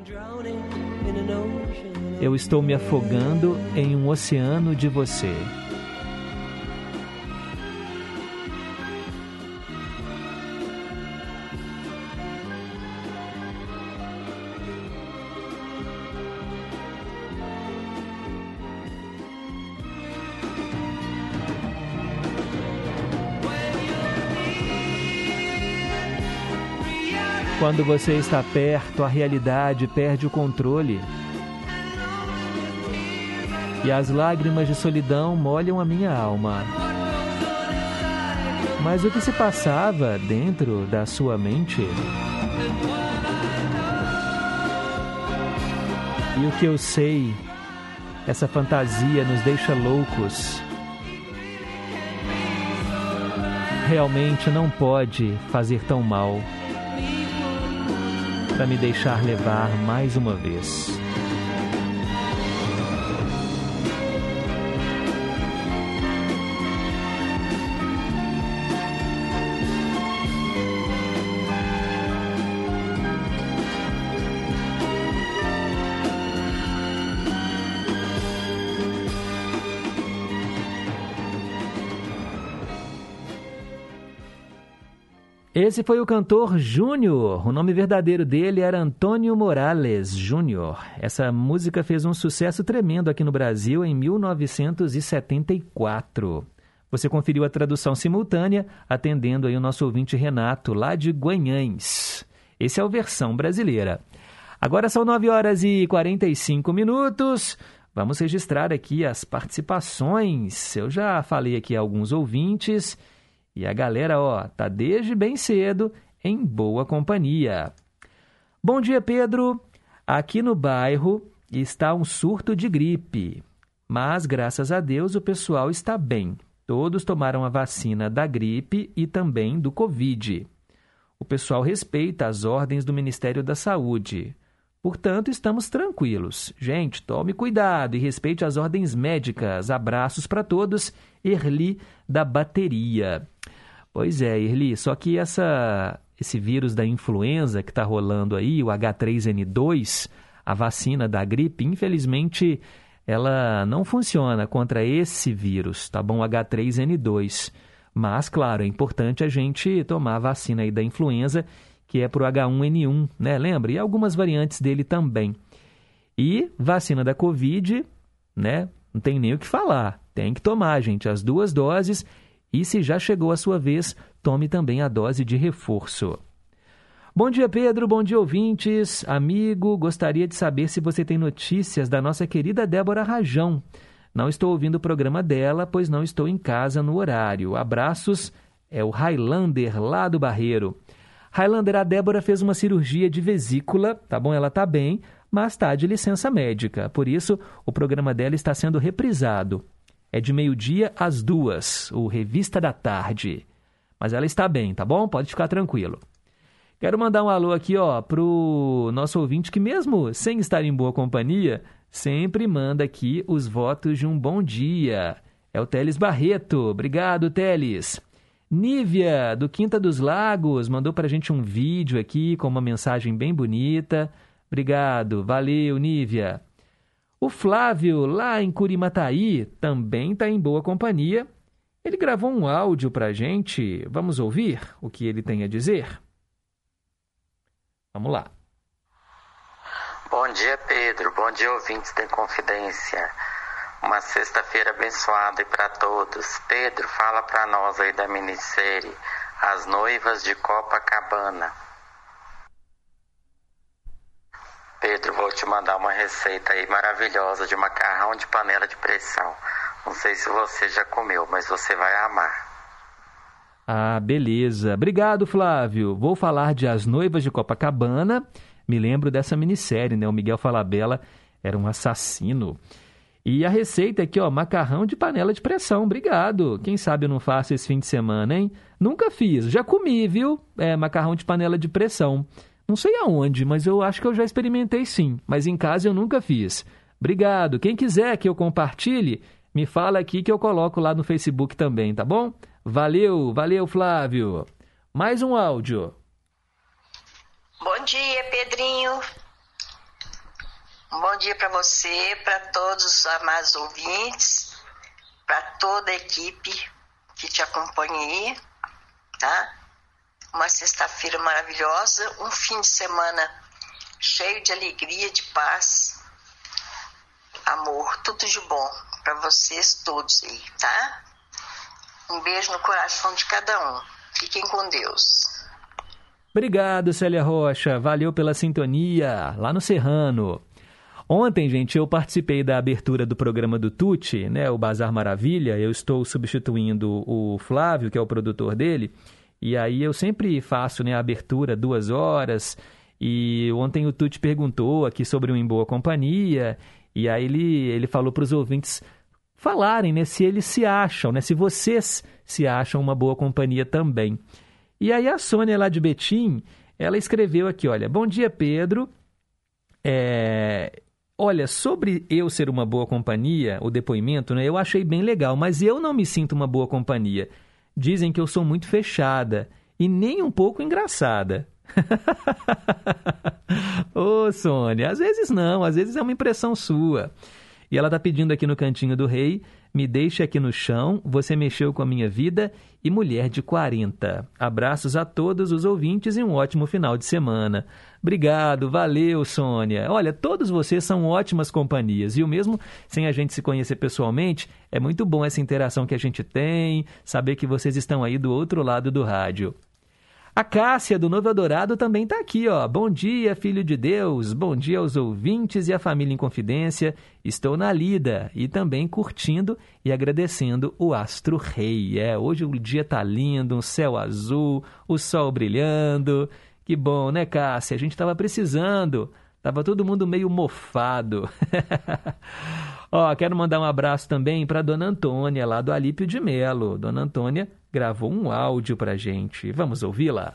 Eu estou me afogando em um oceano de você. Quando você está perto, a realidade perde o controle. E as lágrimas de solidão molham a minha alma. Mas o que se passava dentro da sua mente? E o que eu sei, essa fantasia nos deixa loucos. Realmente não pode fazer tão mal para me deixar levar mais uma vez. Esse foi o cantor Júnior. O nome verdadeiro dele era Antônio Morales Júnior. Essa música fez um sucesso tremendo aqui no Brasil em mil novecentos e setenta e quatro. Você conferiu a tradução simultânea, atendendo aí o nosso ouvinte Renato, lá de Guanhães. Esse é a versão brasileira. Agora são nove horas e quarenta e cinco minutos. Vamos registrar aqui as participações. Eu já falei aqui a alguns ouvintes. E a galera, ó, tá desde bem cedo em boa companhia. Bom dia, Pedro. Aqui no bairro está um surto de gripe. Mas, graças a Deus, o pessoal está bem. Todos tomaram a vacina da gripe e também do Covid. O pessoal respeita as ordens do Ministério da Saúde. Portanto, estamos tranquilos. Gente, tome cuidado e respeite as ordens médicas. Abraços para todos. Erli da Bateria. Pois é, Erli, só que essa, esse vírus da influenza que está rolando aí, o agá três ene dois, a vacina da gripe, infelizmente, ela não funciona contra esse vírus, tá bom? O agá três ene dois. Mas, claro, é importante a gente tomar a vacina aí da influenza, que é para o agá um ene um, né? Lembra? E algumas variantes dele também. E vacina da Covid, né? Não tem nem o que falar. Tem que tomar, gente, as duas doses. E se já chegou a sua vez, tome também a dose de reforço. Bom dia, Pedro. Bom dia, ouvintes. Amigo, gostaria de saber se você tem notícias da nossa querida Débora Rajão. Não estou ouvindo o programa dela, pois não estou em casa no horário. Abraços. É o Highlander, lá do Barreiro. Highlander, a Débora fez uma cirurgia de vesícula, tá bom? Ela tá bem, mas está de licença médica. Por isso, o programa dela está sendo reprisado. É de meio-dia às duas, o Revista da Tarde. Mas ela está bem, tá bom? Pode ficar tranquilo. Quero mandar um alô aqui, ó, pro nosso ouvinte que mesmo sem estar em boa companhia, sempre manda aqui os votos de um bom dia. É o Teles Barreto. Obrigado, Teles. Nívia, do Quinta dos Lagos, mandou pra gente um vídeo aqui com uma mensagem bem bonita. Obrigado. Valeu, Nívia. O Flávio, lá em Curimataí, também está em boa companhia. Ele gravou um áudio para a gente. Vamos ouvir o que ele tem a dizer? Vamos lá. Bom dia, Pedro. Bom dia, ouvintes da Inconfidência. Uma sexta-feira abençoada para todos. Pedro, fala para nós aí da minissérie As Noivas de Copacabana. Pedro, vou te mandar uma receita aí maravilhosa de macarrão de panela de pressão. Não sei se você já comeu, mas você vai amar. Ah, beleza. Obrigado, Flávio. Vou falar de As Noivas de Copacabana. Me lembro dessa minissérie, né? O Miguel Falabella era um assassino. E a receita aqui, ó, macarrão de panela de pressão. Obrigado. Quem sabe eu não faço esse fim de semana, hein? Nunca fiz. Já comi, viu? É, macarrão de panela de pressão. Não sei aonde, mas eu acho que eu já experimentei sim. Mas em casa eu nunca fiz. Obrigado. Quem quiser que eu compartilhe, me fala aqui que eu coloco lá no Facebook também, tá bom? Valeu, valeu, Flávio. Mais um áudio. Bom dia, Pedrinho. Um bom dia para você, para todos os amados ouvintes, para toda a equipe que te acompanha aí, tá? Uma sexta-feira maravilhosa, um fim de semana cheio de alegria, de paz, amor, tudo de bom para vocês todos aí, tá? Um beijo no coração de cada um. Fiquem com Deus. Obrigado, Célia Rocha. Valeu pela sintonia lá no Serrano. Ontem, gente, eu participei da abertura do programa do Tuti, né, o Bazar Maravilha. Eu estou substituindo o Flávio, que é o produtor dele. E aí eu sempre faço, né, a abertura duas horas. E ontem o Tuti perguntou aqui sobre o Em Boa Companhia. E aí ele, ele falou para os ouvintes falarem, né, se eles se acham, né, se vocês se acham uma boa companhia também. E aí a Sônia lá de Betim, ela escreveu aqui, olha, bom dia, Pedro. É... Olha, sobre eu ser uma boa companhia, o depoimento, né, eu achei bem legal, mas eu não me sinto uma boa companhia. Dizem que eu sou muito fechada e nem um pouco engraçada. Ô, Sônia, às vezes não, às vezes é uma impressão sua. E ela está pedindo aqui no Cantinho do Rei, me deixe aqui no chão, você mexeu com a minha vida e mulher de quarenta. Abraços a todos os ouvintes e um ótimo final de semana. Obrigado, valeu, Sônia. Olha, todos vocês são ótimas companhias e o mesmo sem a gente se conhecer pessoalmente, é muito bom essa interação que a gente tem, saber que vocês estão aí do outro lado do rádio. A Cássia, do Novo Eldorado, também está aqui, ó. Bom dia, filho de Deus. Bom dia aos ouvintes e à família em confidência. Estou na lida e também curtindo e agradecendo o Astro Rei. É, hoje o dia tá lindo, um céu azul, o sol brilhando. Que bom, né, Cássia? A gente estava precisando. Tava todo mundo meio mofado. Ó, quero mandar um abraço também para Dona Antônia, lá do Alípio de Melo. Dona Antônia gravou um áudio pra gente. Vamos ouvi-la?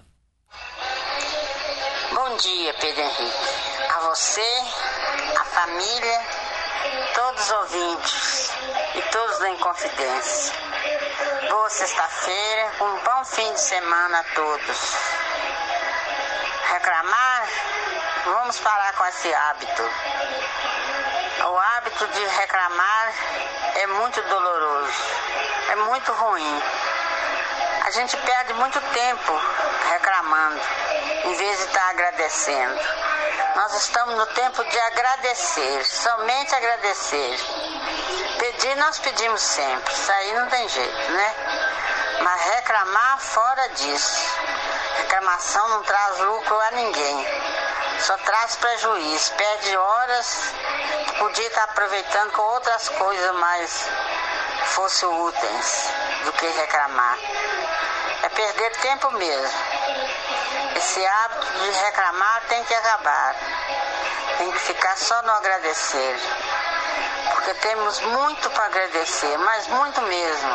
Bom dia, Pedro Henrique. A você, a família, todos os ouvintes e todos da Inconfidência. Boa sexta-feira, um bom fim de semana a todos. Reclamar? Vamos parar com esse hábito. O hábito de reclamar é muito doloroso, é muito ruim. A gente perde muito tempo reclamando, em vez de estar agradecendo. Nós estamos no tempo de agradecer, somente agradecer. Pedir nós pedimos sempre, isso aí não tem jeito, né? Mas reclamar fora disso. Reclamação não traz lucro a ninguém, só traz prejuízo, perde horas que podia estar aproveitando com outras coisas mais fossem úteis do que reclamar. É perder tempo mesmo. Esse hábito de reclamar tem que acabar. Tem que ficar só no agradecer. Porque temos muito para agradecer, mas muito mesmo.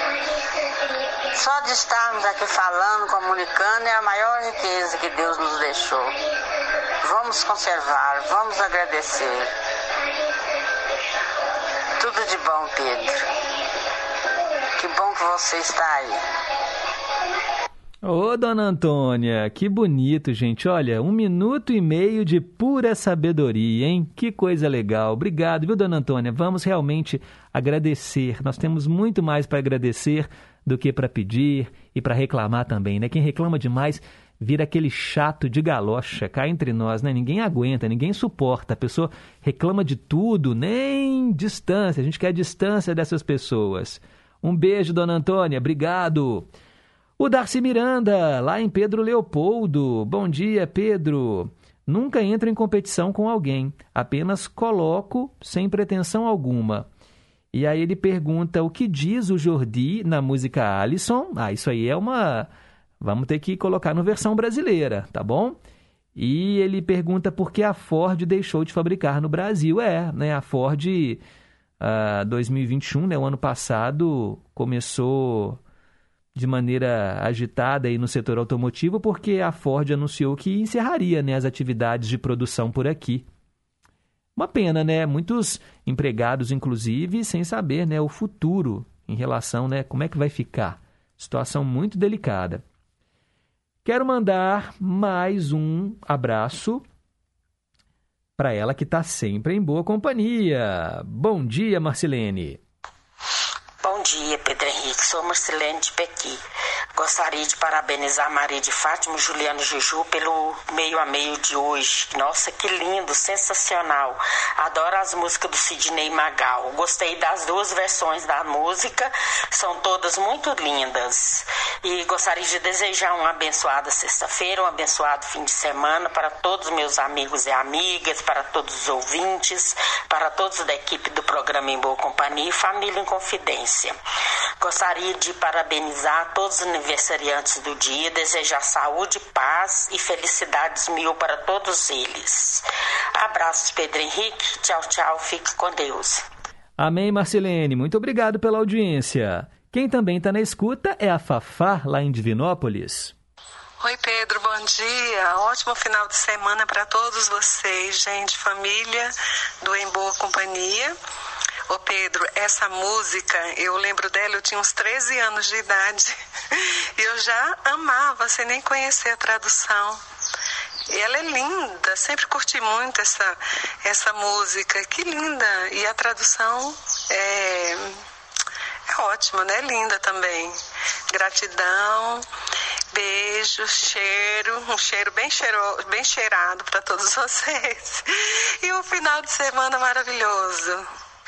Só de estarmos aqui falando, comunicando, é a maior riqueza que Deus nos deixou. Vamos conservar, vamos agradecer. Tudo de bom, Pedro. Que bom que você está aí. Ô, Dona Antônia, que bonito, gente. Olha, um minuto e meio de pura sabedoria, hein? Que coisa legal. Obrigado, viu, Dona Antônia? Vamos realmente agradecer. Nós temos muito mais para agradecer do que para pedir e para reclamar também, né? Quem reclama demais vira aquele chato de galocha, cá entre nós, né? Ninguém aguenta, ninguém suporta. A pessoa reclama de tudo, nem distância. A gente quer distância dessas pessoas. Um beijo, Dona Antônia. Obrigado. O Darcy Miranda, lá em Pedro Leopoldo. Bom dia, Pedro. Nunca entro em competição com alguém, apenas coloco sem pretensão alguma. E aí ele pergunta o que diz o Jordi na música Alisson. Ah, isso aí é uma... Vamos ter que colocar na versão brasileira, tá bom? E ele pergunta por que a Ford deixou de fabricar no Brasil. É, né? A Ford, uh, dois mil e vinte e um, né, o ano passado, começou de maneira agitada aí no setor automotivo porque a Ford anunciou que encerraria, né, as atividades de produção por aqui. Uma pena, né? Muitos empregados, inclusive, sem saber, né, o futuro em relação, né, como é que vai ficar. Situação muito delicada. Quero mandar mais um abraço para ela que está sempre em boa companhia. Bom dia, Marcilene. Bom dia, Pedro Henrique. Sou Marcilene de Pequi. Gostaria de parabenizar Maria de Fátima e Juliano Juju pelo meio a meio de hoje. Nossa, que lindo, sensacional. Adoro as músicas do Sidney Magal. Gostei das duas versões da música, são todas muito lindas. E gostaria de desejar uma abençoada sexta-feira, um abençoado fim de semana para todos os meus amigos e amigas, para todos os ouvintes, para todos da equipe do programa Em Boa Companhia e Família em Confidência. Gostaria de parabenizar todos os aniversariantes do dia, desejar saúde, paz e felicidades mil para todos eles. Abraços, Pedro Henrique. Tchau, tchau. Fique com Deus. Amém, Marcilene. Muito obrigado pela audiência. Quem também está na escuta é a Fafá, lá em Divinópolis. Oi, Pedro, bom dia. Ótimo final de semana para todos vocês, gente, família do Em Boa Companhia. Ô Pedro, essa música, eu lembro dela, eu tinha uns treze anos de idade e eu já amava, sem nem conhecer a tradução. E ela é linda, sempre curti muito essa, essa música, que linda. E a tradução é, é ótima, né? Linda também. Gratidão, beijo, cheiro, um cheiro bem, cheiro, bem cheirado para todos vocês. E um final de semana maravilhoso.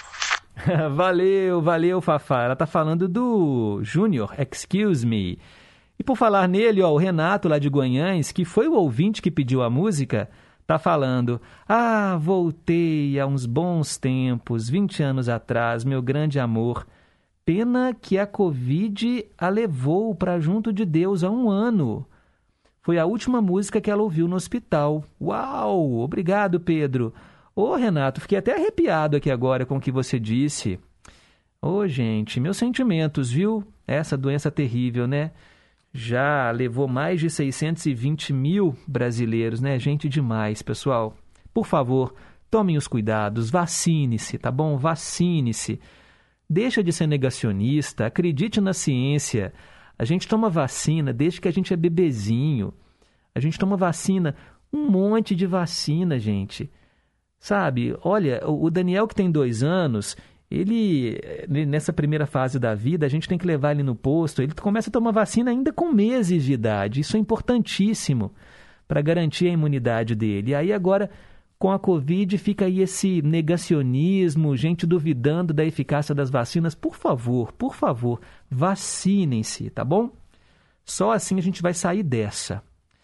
Valeu, valeu, Fafá. Ela tá falando do Júnior, Excuse Me. E por falar nele, ó, o Renato lá de Guanhães, que foi o ouvinte que pediu a música, tá falando: ah, voltei a uns bons tempos, vinte anos atrás, meu grande amor. Pena que a Covid a levou para junto de Deus há um ano. Foi a última música que ela ouviu no hospital. Uau, obrigado, Pedro. Ô, Renato, fiquei até arrepiado aqui agora com o que você disse. Ô, gente, meus sentimentos, viu? Essa doença terrível, né? Já levou mais de seiscentos e vinte mil brasileiros, né? Gente demais, pessoal. Por favor, tomem os cuidados, vacine-se, tá bom? Vacine-se. Deixa de ser negacionista, acredite na ciência. A gente toma vacina desde que a gente é bebezinho. A gente toma vacina, um monte de vacina, gente. Sabe, olha, o Daniel que tem dois anos... Ele, nessa primeira fase da vida, a gente tem que levar ele no posto, ele começa a tomar vacina ainda com meses de idade. Isso é importantíssimo para garantir a imunidade dele. E aí agora, com a Covid, fica aí esse negacionismo, gente duvidando da eficácia das vacinas. Por favor, por favor, vacinem-se, tá bom? Só assim a gente vai sair dessa.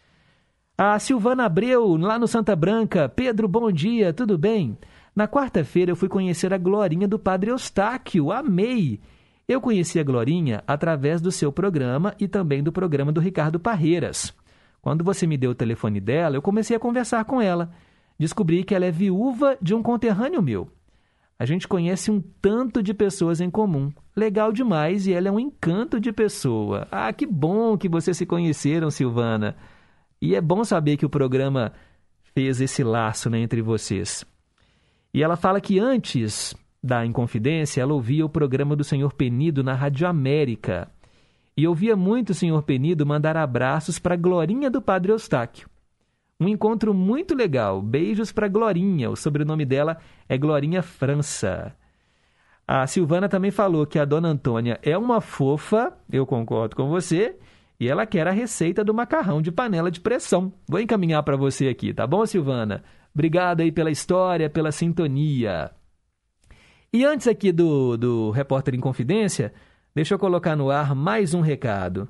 A Silvana Abreu, lá no Santa Branca. Pedro, bom dia, tudo bem? Na quarta-feira eu fui conhecer a Glorinha do Padre Eustáquio, amei! Eu conheci a Glorinha através do seu programa e também do programa do Ricardo Parreiras. Quando você me deu o telefone dela, eu comecei a conversar com ela. Descobri que ela é viúva de um conterrâneo meu. A gente conhece um tanto de pessoas em comum. Legal demais, e ela é um encanto de pessoa. Ah, que bom que vocês se conheceram, Silvana. E é bom saber que o programa fez esse laço, né, entre vocês. E ela fala que antes da Inconfidência, ela ouvia o programa do senhor Penido na Rádio América. E ouvia muito o senhor Penido mandar abraços para a Glorinha do Padre Eustáquio. Um encontro muito legal. Beijos para Glorinha. O sobrenome dela é Glorinha França. A Silvana também falou que a dona Antônia é uma fofa, eu concordo com você, e ela quer a receita do macarrão de panela de pressão. Vou encaminhar para você aqui, tá bom, Silvana? Obrigado aí pela história, pela sintonia. E antes aqui do, do Repórter em Confidência, deixa eu colocar no ar mais um recado.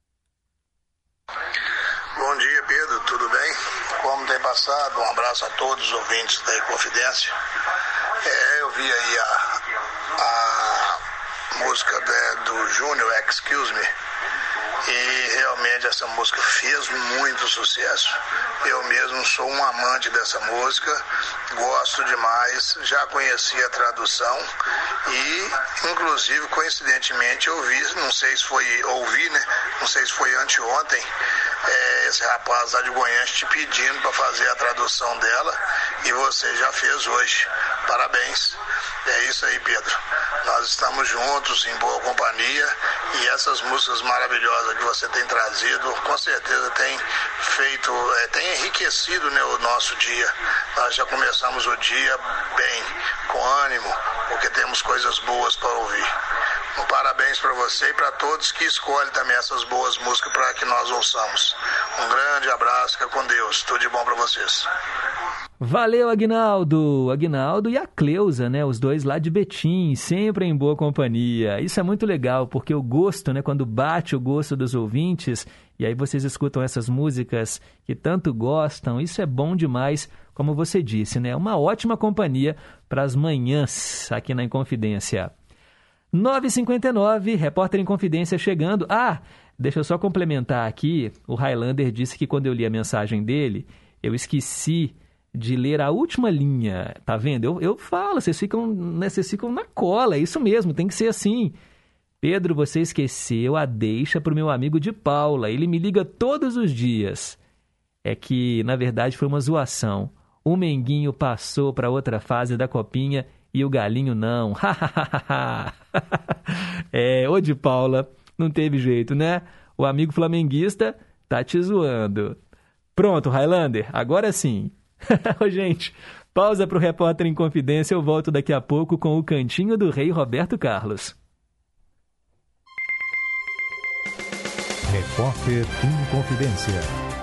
Bom dia, Pedro, tudo bem? Como tem passado? Um abraço a todos os ouvintes da Inconfidência. É, eu vi aí a, a música de, do Júnior, Excuse Me. E realmente essa música fez muito sucesso. Eu mesmo sou um amante dessa música, gosto demais, já conheci a tradução e, inclusive, coincidentemente, eu vi, não sei se foi, ouvi, né? Não sei se foi anteontem, é, esse rapaz lá de Goiânia te pedindo para fazer a tradução dela e você já fez hoje. Parabéns. É isso aí, Pedro. Nós estamos juntos, em boa companhia, e essas músicas maravilhosas que você tem trazido, com certeza tem feito, é, tem enriquecido, né, o nosso dia. Nós já começamos o dia bem, com ânimo, porque temos coisas boas para ouvir. Um parabéns para você e para todos que escolhem também essas boas músicas para que nós ouçamos. Um grande abraço, fica com Deus. Tudo de bom para vocês. Valeu, Aguinaldo. Aguinaldo e a Cleusa, né? Os dois lá de Betim, sempre em boa companhia. Isso é muito legal, porque o gosto, né? Quando bate o gosto dos ouvintes, e aí vocês escutam essas músicas que tanto gostam, isso é bom demais, como você disse, né? Uma ótima companhia para as manhãs aqui na Inconfidência. nove e cinquenta e nove, Repórter em Confidência chegando. Ah, deixa eu só complementar aqui. O Highlander disse que quando eu li a mensagem dele, eu esqueci de ler a última linha. Tá vendo? Eu, eu falo, vocês ficam, né, vocês ficam na cola. É isso mesmo, tem que ser assim. Pedro, você esqueceu a deixa para o meu amigo de Paula. Ele me liga todos os dias. É que, na verdade, foi uma zoação. O Menguinho passou para outra fase da copinha e o Galinho não. É, ô de Paula, não teve jeito, né? O amigo flamenguista tá te zoando. Pronto, Highlander, agora sim. Ô, gente, pausa para o Repórter em Confidência. Eu volto daqui a pouco com o Cantinho do Rei Roberto Carlos. Repórter em Confidência.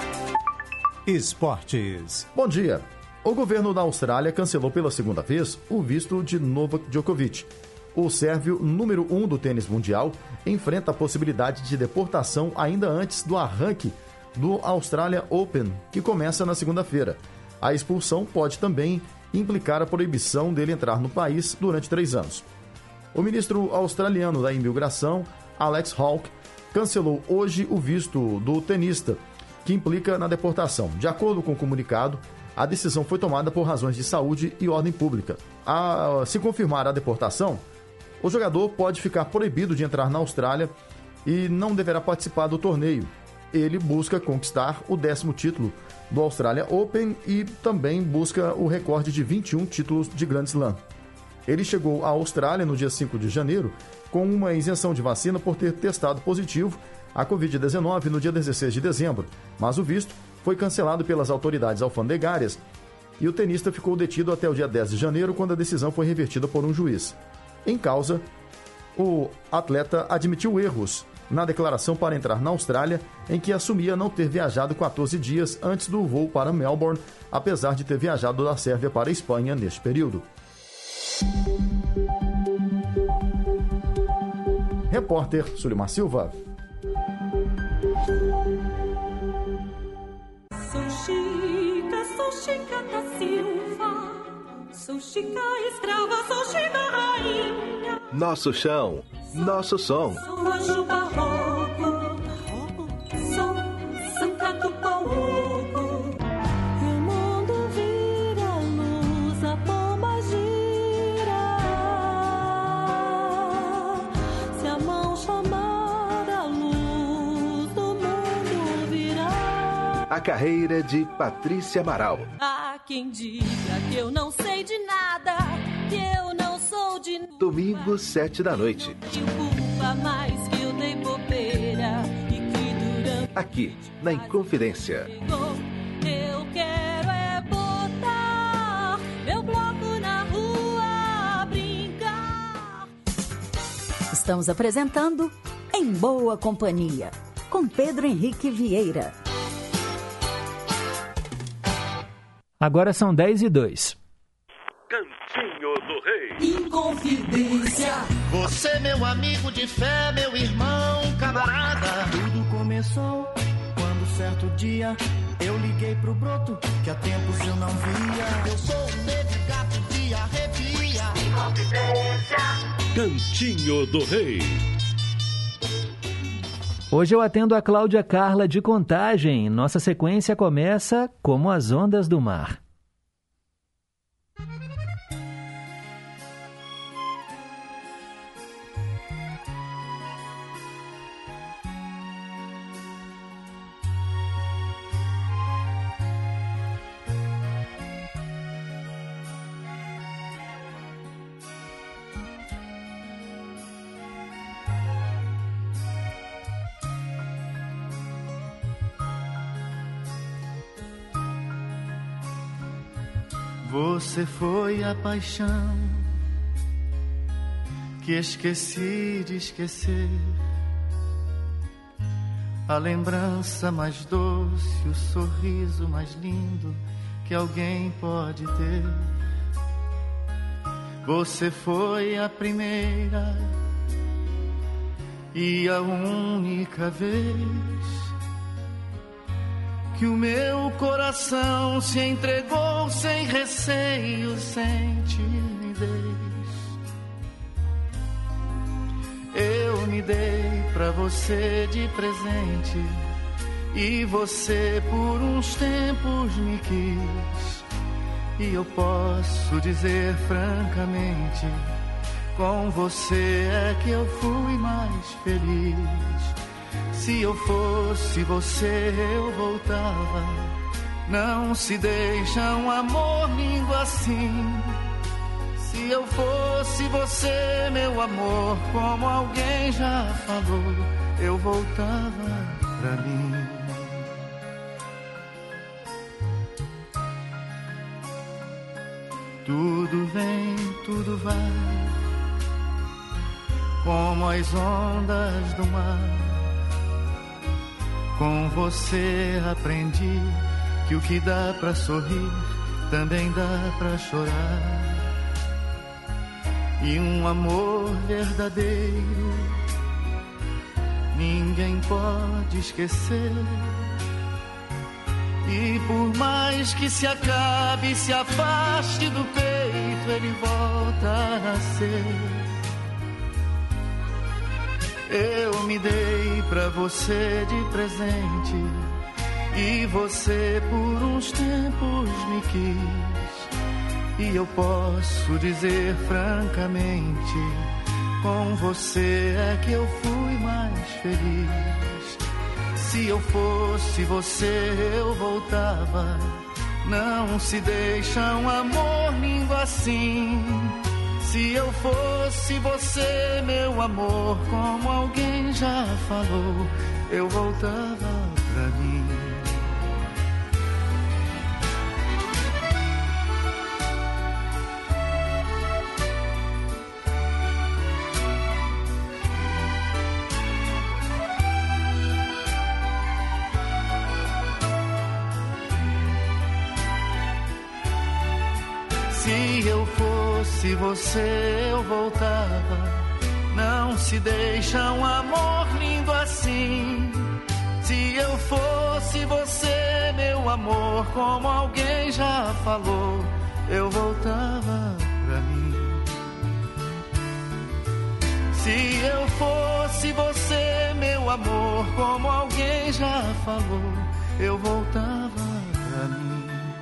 Esportes. Bom dia. O governo da Austrália cancelou pela segunda vez o visto de Novak Djokovic. O sérvio número um do tênis mundial enfrenta a possibilidade de deportação ainda antes do arranque do Australia Open, que começa na segunda-feira. A expulsão pode também implicar a proibição dele entrar no país durante três anos. O ministro australiano da imigração, Alex Hawke, cancelou hoje o visto do tenista, que implica na deportação. De acordo com o comunicado, a decisão foi tomada por razões de saúde e ordem pública. A, se confirmar a deportação, o jogador pode ficar proibido de entrar na Austrália e não deverá participar do torneio. Ele busca conquistar o décimo título do Australia Open e também busca o recorde de vinte e um títulos de Grand Slam. Ele chegou à Austrália no dia cinco de janeiro com uma isenção de vacina por ter testado positivo a covid dezenove no dia dezesseis de dezembro, mas o visto foi cancelado pelas autoridades alfandegárias e o tenista ficou detido até o dia dez de janeiro, quando a decisão foi revertida por um juiz. Em causa, o atleta admitiu erros na declaração para entrar na Austrália, em que assumia não ter viajado quatorze dias antes do voo para Melbourne, apesar de ter viajado da Sérvia para a Espanha neste período. Repórter Sulimar Silva. Sou Chica, sou Chica da Silva, sou Chica escrava, sou Chica rainha. Nosso chão, nosso som. Sou anjo barroco, sou santa do pau oco. E o mundo vira luz, a pomba gira. Se a mão chamar a luz, do mundo virá. A carreira de Patrícia Amaral. Há quem diga que eu não sei de nada, que eu não sou de nada. Domingo, sete da noite. Que culpa mais que eu dei bobeira e que durante... Aqui, na Inconfidência. Eu quero é botar meu bloco na rua, brincar. Estamos apresentando Em Boa Companhia, com Pedro Henrique Vieira. Agora são dez e dois. Cantinho do Rei. Inconfidência. Você, meu amigo de fé, meu irmão, camarada. Tudo começou quando certo dia eu liguei pro broto que há tempos eu não via. Eu sou um negro gato de arrepia. Inconfidência. Cantinho do Rei. Hoje eu atendo a Cláudia Carla de Contagem. Nossa sequência começa como as ondas do mar. Você foi a paixão que esqueci de esquecer, a lembrança mais doce, o sorriso mais lindo que alguém pode ter. Você foi a primeira e a única vez que o meu coração se entregou sem receio, sem timidez. Eu me dei pra você de presente e você por uns tempos me quis. E eu posso dizer francamente, com você é que eu fui mais feliz. Se eu fosse você, eu voltava. Não se deixa um amor lindo assim. Se eu fosse você, meu amor, como alguém já falou, eu voltava pra mim. tudo vem, tudo vai, como as ondas do mar. Com você aprendi que o que dá pra sorrir também dá pra chorar. E um amor verdadeiro ninguém pode esquecer. E por mais que se acabe, se afaste do peito, ele volta a nascer. Eu me dei pra você de presente e você por uns tempos me quis. E eu posso dizer francamente, com você é que eu fui mais feliz. Se eu fosse você, eu voltava. Não se deixa um amor lindo assim. Se eu fosse você, meu amor, como alguém já falou, eu voltava pra mim. Se eu fosse você, eu voltava. Não se deixa um amor lindo assim. Se eu fosse você, meu amor, como alguém já falou, eu voltava pra mim. Se eu fosse você, meu amor, como alguém já falou, eu voltava pra mim.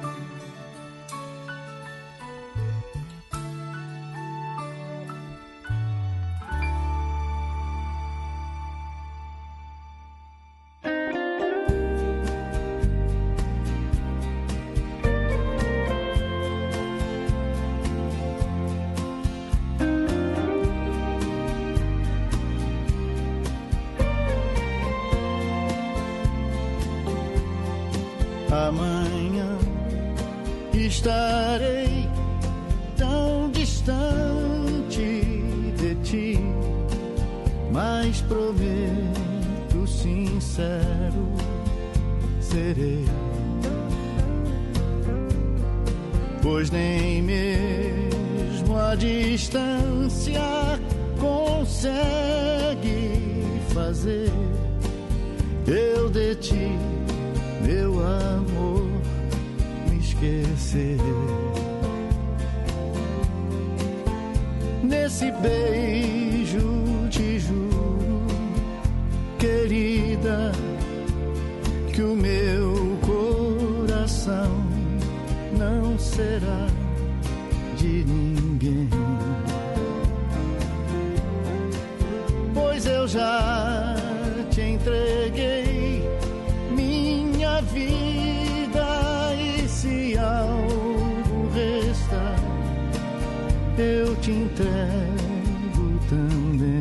Amanhã estarei tão distante de ti, mas prometo sincero serei, pois nem mesmo a distância consegue fazer eu de ti, meu amor, me esquecer. Nesse beijo te juro, querida, que o meu coração não será de ninguém, pois eu já te entreguei minha vida, e se algo resta, eu te entrego também.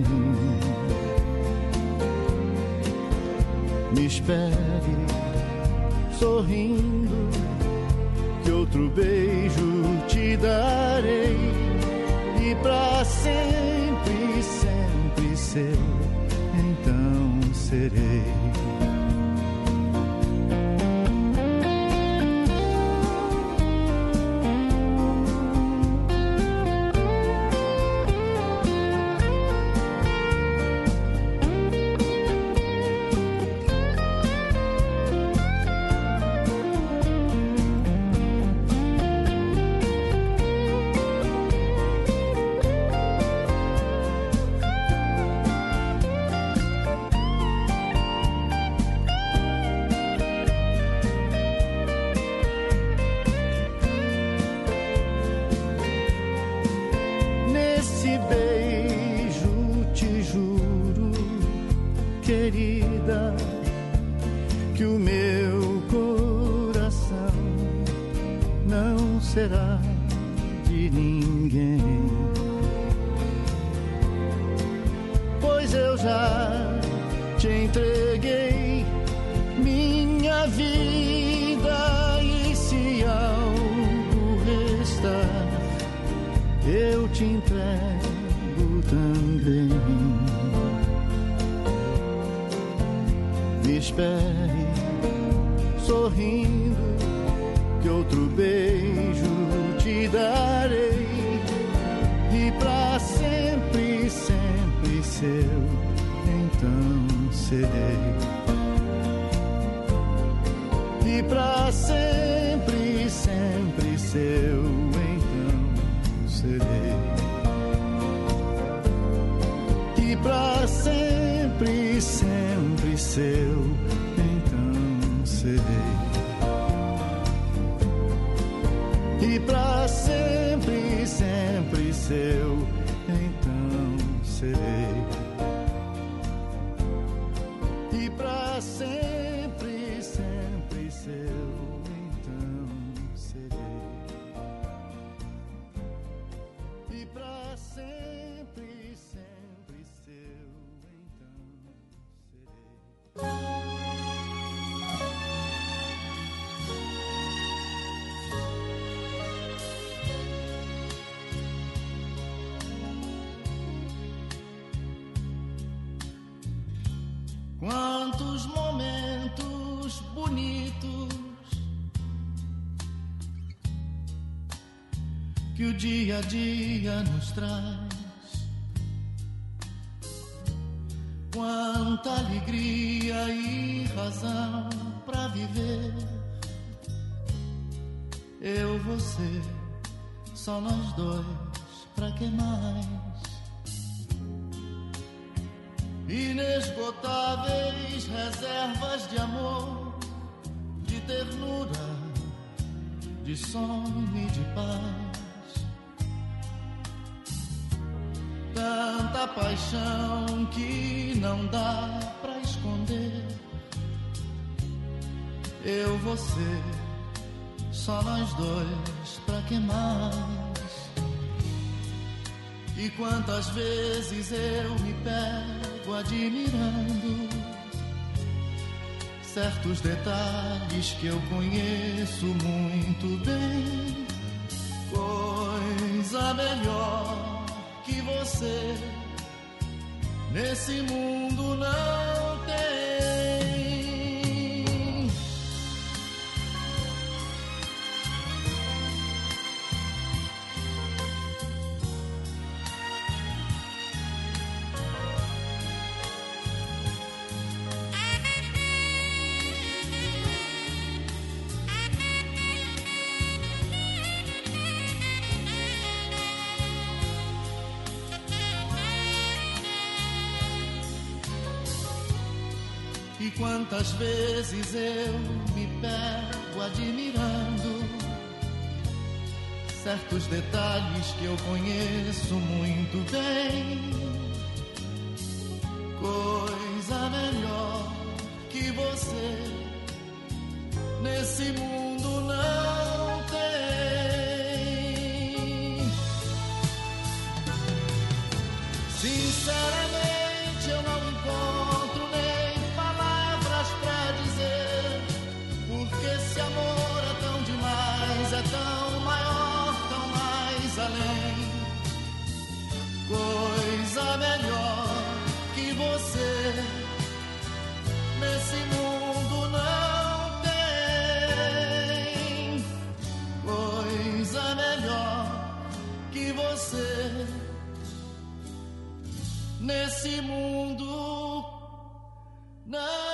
Me espere sorrindo, que outro beijo te darei, e pra sempre, sempre ser, então serei. Querida, que o meu coração não será de ninguém, pois eu já te entreguei minha vida, e se algo restar, eu te entrego também. Me espere sorrindo, que outro beijo te darei, e pra sempre, sempre seu, então serei. E pra sempre, sempre seu, então serei. E pra sempre, sempre seu, então serei. E pra sempre, sempre seu, então serei. E pra sempre, sempre seu, então serei. E pra sempre, sempre seu, então serei. Quantos momentos bonitos que o dia a dia nos traz, quanta alegria e razão pra viver. Eu, você, só nós dois, pra que mais? Inesgotáveis reservas de amor, de ternura, de sonho e de paz. Tanta paixão que não dá pra esconder. Eu, você, só nós dois, pra que mais? E quantas vezes eu me pego admirando certos detalhes que eu conheço muito bem. Coisa melhor que você nesse mundo não tem. E quantas vezes eu me pego admirando certos detalhes que eu conheço muito bem. Coisa melhor que você nesse mundo não tem. Sinceramente eu não encontro pra dizer, porque esse amor é tão demais, é tão maior, tão mais além. Coisa melhor que você nesse mundo não tem. Coisa melhor que você nesse mundo não.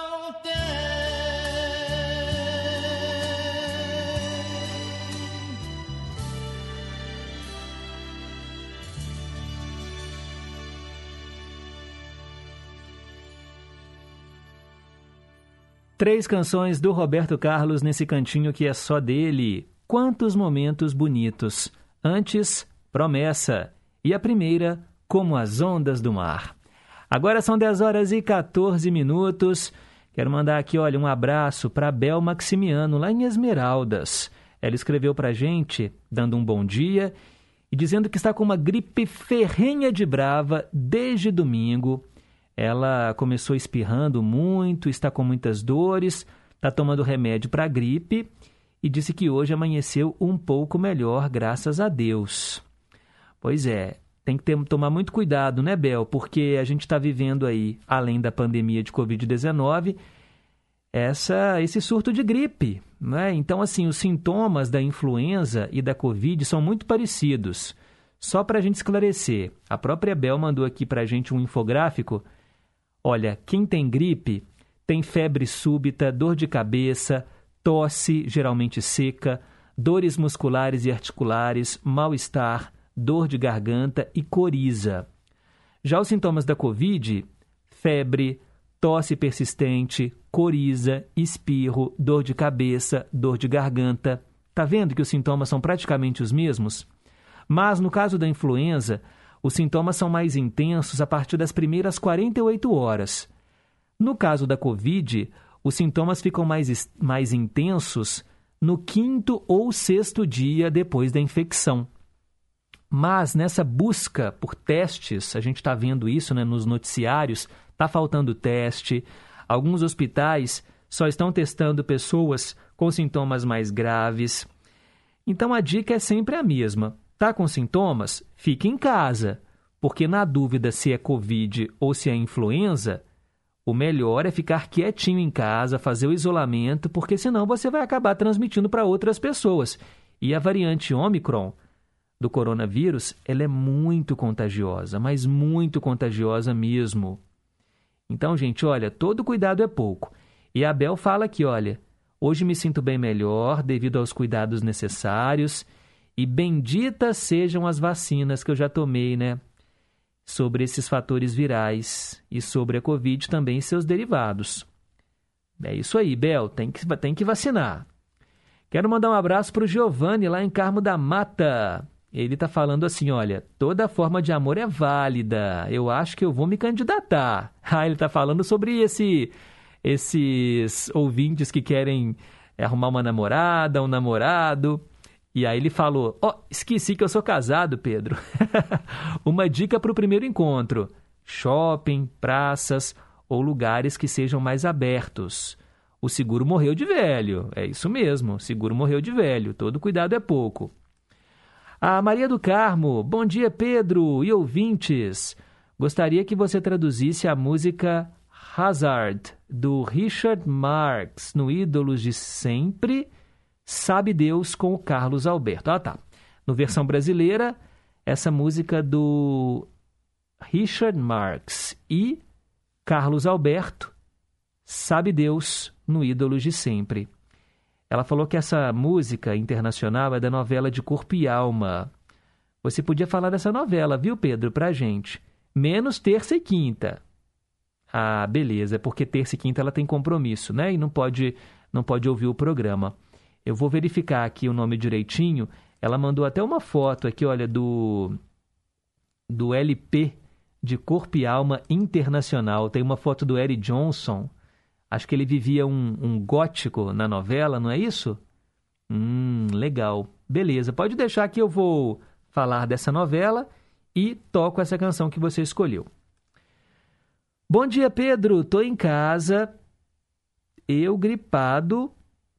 Três canções do Roberto Carlos nesse cantinho que é só dele. Quantos momentos bonitos. Antes, Promessa. E a primeira, Como as Ondas do Mar. Agora são dez horas e quatorze minutos. Quero mandar aqui, olha, um abraço para Bel Maximiano, lá em Esmeraldas. Ela escreveu para a gente, dando um bom dia e dizendo que está com uma gripe ferrenha de brava desde domingo. Ela começou espirrando muito, está com muitas dores, está tomando remédio para a gripe e disse que hoje amanheceu um pouco melhor, graças a Deus. Pois é, tem que ter, tomar muito cuidado, né, Bel? Porque a gente está vivendo aí, além da pandemia de covid dezenove, essa, esse surto de gripe, né? Então, assim, os sintomas da influenza e da Covid são muito parecidos. Só para a gente esclarecer, a própria Bel mandou aqui para a gente um infográfico. Olha, quem tem gripe tem febre súbita, dor de cabeça, tosse, geralmente seca, dores musculares e articulares, mal-estar, dor de garganta e coriza. Já os sintomas da Covid, febre, tosse persistente, coriza, espirro, dor de cabeça, dor de garganta. Tá vendo que os sintomas são praticamente os mesmos? Mas no caso da influenza, os sintomas são mais intensos a partir das primeiras quarenta e oito horas. No caso da Covid, os sintomas ficam mais, mais intensos no quinto ou sexto dia depois da infecção. Mas nessa busca por testes, a gente está vendo isso, né, nos noticiários, está faltando teste. Alguns hospitais só estão testando pessoas com sintomas mais graves. Então a dica é sempre a mesma. Tá com sintomas? Fique em casa, porque na dúvida se é Covid ou se é influenza, o melhor é ficar quietinho em casa, fazer o isolamento, porque senão você vai acabar transmitindo para outras pessoas. E a variante Ômicron do coronavírus, ela é muito contagiosa, mas muito contagiosa mesmo. Então, gente, olha, todo cuidado é pouco. E a Bel fala aqui, olha, hoje me sinto bem melhor devido aos cuidados necessários e benditas sejam as vacinas que eu já tomei, né? Sobre esses fatores virais e sobre a Covid também e seus derivados. É isso aí, Bel, tem que, tem que vacinar. Quero mandar um abraço para o Giovanni lá em Carmo da Mata. Ele está falando assim, olha, toda forma de amor é válida, eu acho que eu vou me candidatar. Ah, ele está falando sobre esse, esses ouvintes que querem arrumar uma namorada, um namorado. E aí ele falou, ó, oh, esqueci que eu sou casado, Pedro. Uma dica para o primeiro encontro, shopping, praças ou lugares que sejam mais abertos. O seguro morreu de velho, é isso mesmo, o seguro morreu de velho, todo cuidado é pouco. A Maria do Carmo, bom dia Pedro e ouvintes. Gostaria que você traduzisse a música Hazard, do Richard Marx, no Ídolos de Sempre, Sabe Deus, com o Carlos Alberto. Ah, tá. No versão brasileira, essa música do Richard Marx e Carlos Alberto, Sabe Deus, no Ídolos de Sempre. Ela falou que essa música internacional é da novela de Corpo e Alma. Você podia falar dessa novela, viu, Pedro, pra gente? Menos terça e quinta. Ah, beleza, é porque terça e quinta ela tem compromisso, né? E não pode, não pode ouvir o programa. Eu vou verificar aqui o nome direitinho. Ela mandou até uma foto aqui, olha, do, do L P de Corpo e Alma Internacional. Tem uma foto do Eric Johnson. Acho que ele vivia um, um gótico na novela, não é isso? Hum, legal. Beleza, pode deixar que eu vou falar dessa novela e toco essa canção que você escolheu. Bom dia, Pedro. Tô em casa, eu gripado,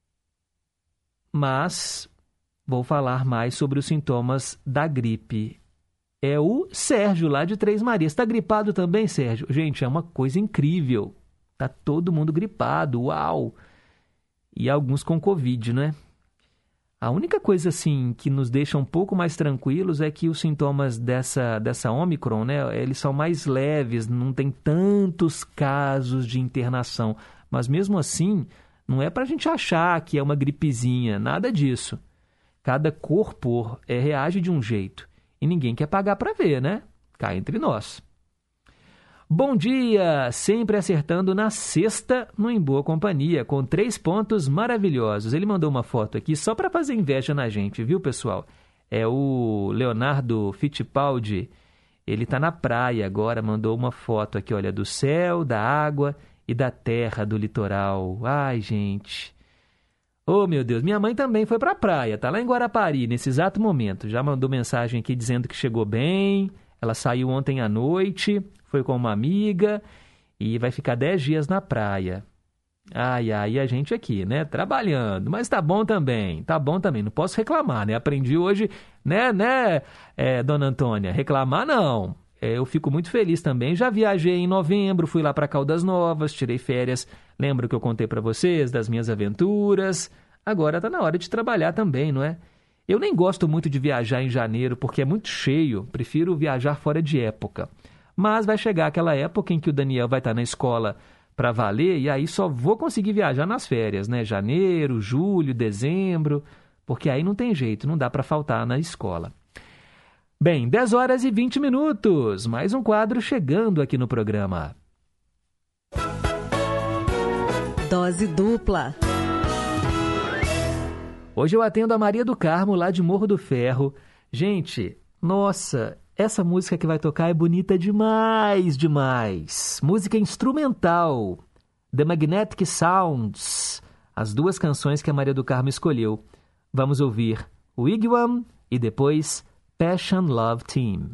mas vou falar mais sobre os sintomas da gripe. É o Sérgio, lá de Três Marias. Está gripado também, Sérgio? Gente, é uma coisa incrível. Tá todo mundo gripado, uau! E alguns com Covid, né? A única coisa, assim, que nos deixa um pouco mais tranquilos é que os sintomas dessa, dessa Ômicron, né? Eles são mais leves, não tem tantos casos de internação. Mas mesmo assim, não é pra gente achar que é uma gripezinha, nada disso. Cada corpo é, reage de um jeito. E ninguém quer pagar pra ver, né? Cá entre nós. Bom dia! Sempre acertando na sexta no Em Boa Companhia, com três pontos maravilhosos. Ele mandou uma foto aqui só para fazer inveja na gente, viu, pessoal? É o Leonardo Fittipaldi. Ele está na praia agora, mandou uma foto aqui, olha, do céu, da água e da terra do litoral. Ai, gente! Oh, meu Deus! Minha mãe também foi para a praia, tá lá em Guarapari, nesse exato momento. Já mandou mensagem aqui dizendo que chegou bem. Ela saiu ontem à noite, foi com uma amiga e vai ficar dez dias na praia. Ai, ai, a gente aqui, né? Trabalhando. Mas tá bom também, tá bom também. Não posso reclamar, né? Aprendi hoje, né, né, é, dona Antônia? Reclamar não. É, eu fico muito feliz também. Já viajei em novembro, fui lá para Caldas Novas, tirei férias. Lembra que eu contei para vocês das minhas aventuras? Agora tá na hora de trabalhar também, não é? Eu nem gosto muito de viajar em janeiro porque é muito cheio. Prefiro viajar fora de época. Mas vai chegar aquela época em que o Daniel vai estar na escola para valer e aí só vou conseguir viajar nas férias, né? Janeiro, julho, dezembro, porque aí não tem jeito, não dá para faltar na escola. Bem, dez horas e vinte minutos, mais um quadro chegando aqui no programa. Dose dupla. Hoje eu atendo a Maria do Carmo, lá de Morro do Ferro. Gente, nossa, essa música que vai tocar é bonita demais, demais. Música instrumental, The Magnetic Sounds, as duas canções que a Maria do Carmo escolheu. Vamos ouvir Wigwam e depois Passion Love Team.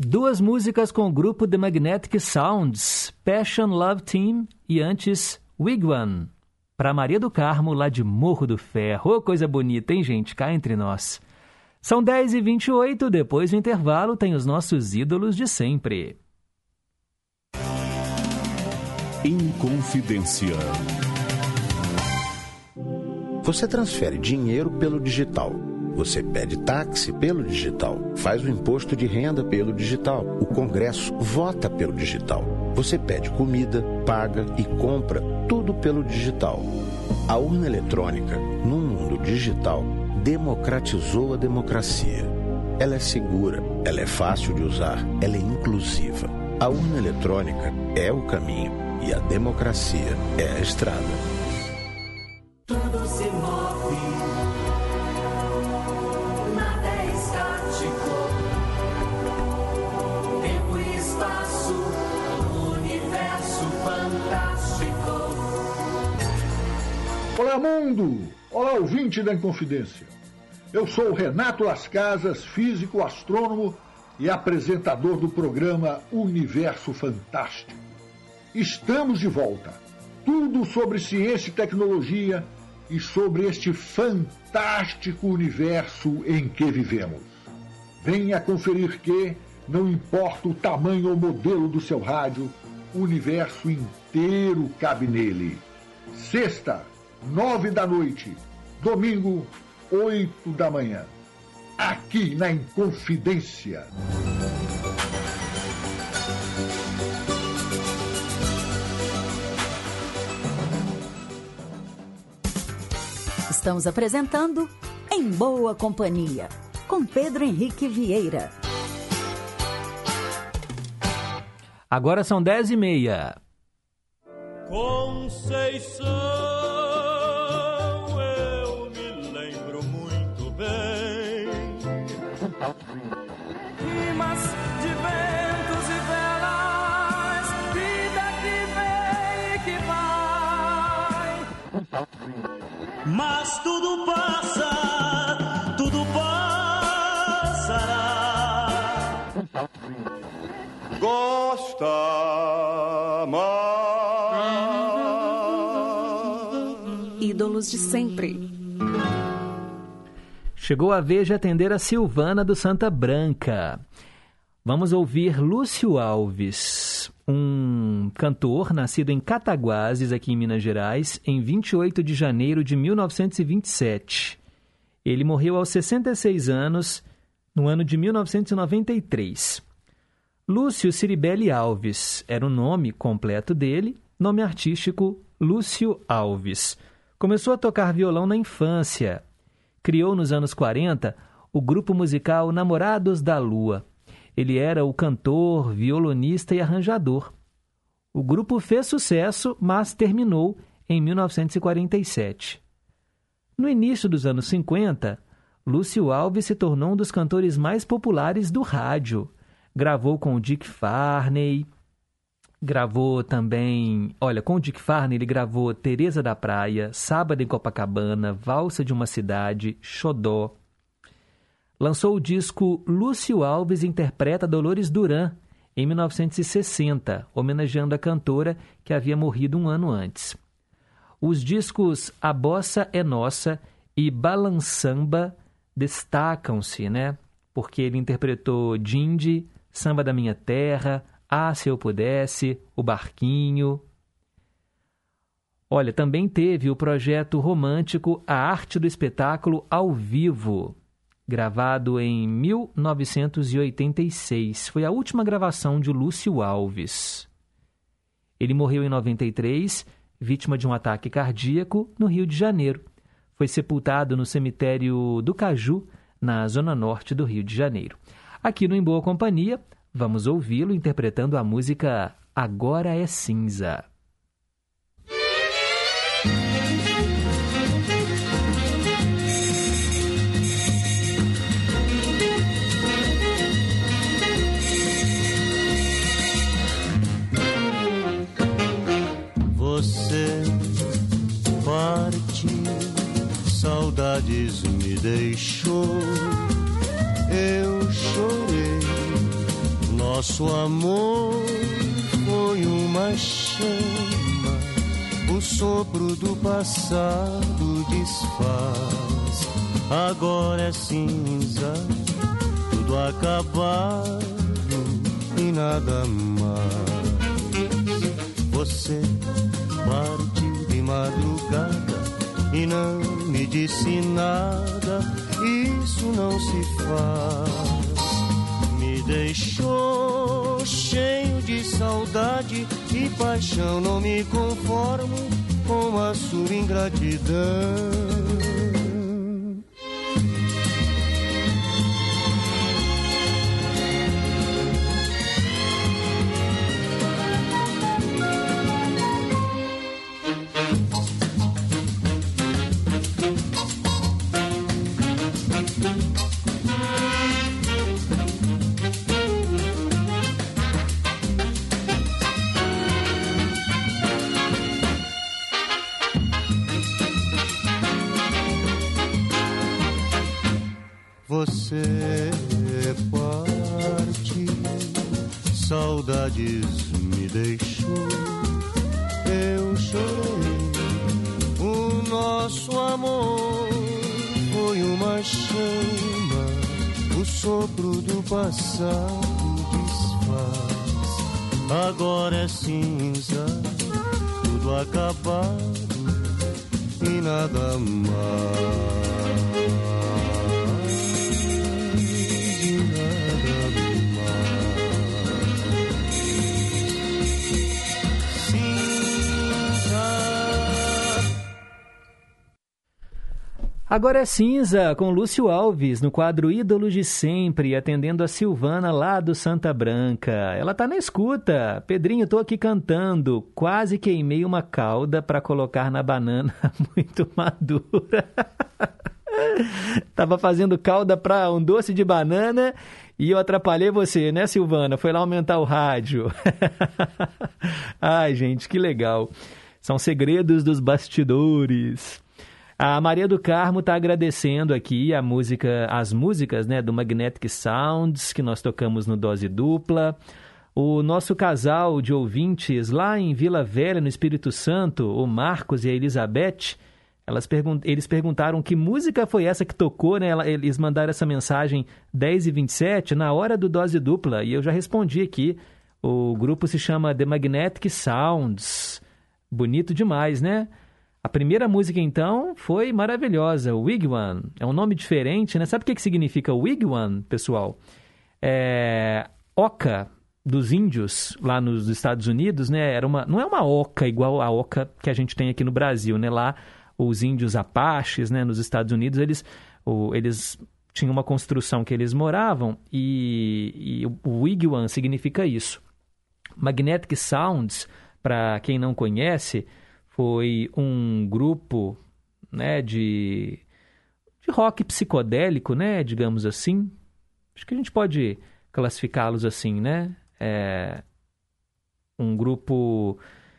Duas músicas com o grupo The Magnetic Sounds, Passion Love Team e antes Wigwam, para Maria do Carmo, lá de Morro do Ferro. Ô, coisa bonita, hein, gente? Cá entre nós. São dez e vinte e oito, depois do intervalo tem os nossos ídolos de sempre. Inconfidência. Você transfere dinheiro pelo digital. Você pede táxi pelo digital. Faz o imposto de renda pelo digital. O Congresso vota pelo digital. Você pede comida, paga e compra tudo pelo digital. A urna eletrônica, no mundo digital, democratizou a democracia. Ela é segura, ela é fácil de usar, ela é inclusiva. A urna eletrônica é o caminho e a democracia é a estrada. Tudo se move, nada é estático. Tempo e espaço, universo fantástico. Olá, mundo! Olá, ouvinte da Inconfidência. Eu sou o Renato Las Casas, físico, astrônomo e apresentador do programa Universo Fantástico. Estamos de volta. Tudo sobre ciência e tecnologia e sobre este fantástico universo em que vivemos. Venha conferir que, não importa o tamanho ou modelo do seu rádio, o universo inteiro cabe nele. Sexta, nove da noite. Domingo, oito da manhã. Aqui na Inconfidência. Estamos apresentando Em Boa Companhia, com Pedro Henrique Vieira. Agora são dez e meia. Conceição, eu me lembro muito bem. Rimas de ventos e velas, vida que vem e que vai. Mas tudo passa, tudo passará. Gosta mais. Ídolos de sempre. Chegou a vez de atender a Silvana do Santa Branca. Vamos ouvir Lúcio Alves, um cantor nascido em Cataguases, aqui em Minas Gerais, em vinte e oito de janeiro de mil novecentos e vinte e sete. Ele morreu aos sessenta e seis anos, no ano de mil novecentos e noventa e três. Lúcio Ciribelli Alves era o nome completo dele, nome artístico Lúcio Alves. Começou a tocar violão na infância. Criou nos anos quarenta o grupo musical Namorados da Lua. Ele era o cantor, violonista e arranjador. O grupo fez sucesso, mas terminou em mil novecentos e quarenta e sete. No início dos anos cinquenta, Lúcio Alves se tornou um dos cantores mais populares do rádio. Gravou com o Dick Farney, gravou também... Olha, com o Dick Farney ele gravou Teresa da Praia, Sábado em Copacabana, Valsa de uma Cidade, Xodó. Lançou o disco Lúcio Alves Interpreta Dolores Duran, em mil novecentos e sessenta, homenageando a cantora que havia morrido um ano antes. Os discos A Bossa é Nossa e Balançamba destacam-se, né? Porque ele interpretou Dindi, Samba da Minha Terra, Ah, Se Eu Pudesse, O Barquinho. Olha, também teve o projeto romântico A Arte do Espetáculo ao Vivo, gravado em mil novecentos e oitenta e seis. Foi a última gravação de Lúcio Alves. Ele morreu em noventa e três, vítima de um ataque cardíaco, no Rio de Janeiro. Foi sepultado no cemitério do Caju, na zona norte do Rio de Janeiro. Aqui no Em Boa Companhia, vamos ouvi-lo interpretando a música Agora é Cinza. Você partiu, saudades me deixou, eu chorei, nosso amor foi uma chama, o sopro do passado desfaz. Agora é cinza, tudo acabado e nada mais. Você partiu de madrugada e não me disse nada, isso não se faz. Me deixou cheio de saudade e paixão, não me conformo com a sua ingratidão. Você parte, saudades me deixou, eu chorei. O nosso amor foi uma chama, o sopro do passado desfaz. Agora é cinza, tudo acabado e nada mais. Agora é cinza, com Lúcio Alves, no quadro Ídolos de Sempre, atendendo a Silvana lá do Santa Branca. Ela tá na escuta. Pedrinho, tô aqui cantando. Quase queimei uma cauda para colocar na banana muito madura. Tava fazendo calda para um doce de banana e eu atrapalhei você, né, Silvana? Foi lá aumentar o rádio. Ai, gente, que legal. São segredos dos bastidores. A Maria do Carmo está agradecendo aqui a música, as músicas, né, do Magnetic Sounds que nós tocamos no Dose Dupla. O nosso casal de ouvintes lá em Vila Velha, no Espírito Santo, o Marcos e a Elizabeth, elas pergun- eles perguntaram que música foi essa que tocou, né? Eles mandaram essa mensagem dez e vinte e sete na hora do Dose Dupla e eu já respondi aqui. O grupo se chama The Magnetic Sounds. Bonito demais, né? A primeira música, então, foi maravilhosa, Wigwam. É um nome diferente, né? Sabe o que, que significa Wigwam, pessoal? É... Oca dos índios, lá nos Estados Unidos, né? Era uma... Não é uma oca igual a oca que a gente tem aqui no Brasil, né? Lá, os índios apaches, né? Nos Estados Unidos, eles, o... eles tinham uma construção que eles moravam e, e o Wigwam significa isso. Magnetic Sounds, para quem não conhece, foi um grupo, né, de, de rock psicodélico, né, digamos assim. Acho que a gente pode classificá-los assim, né? É um grupo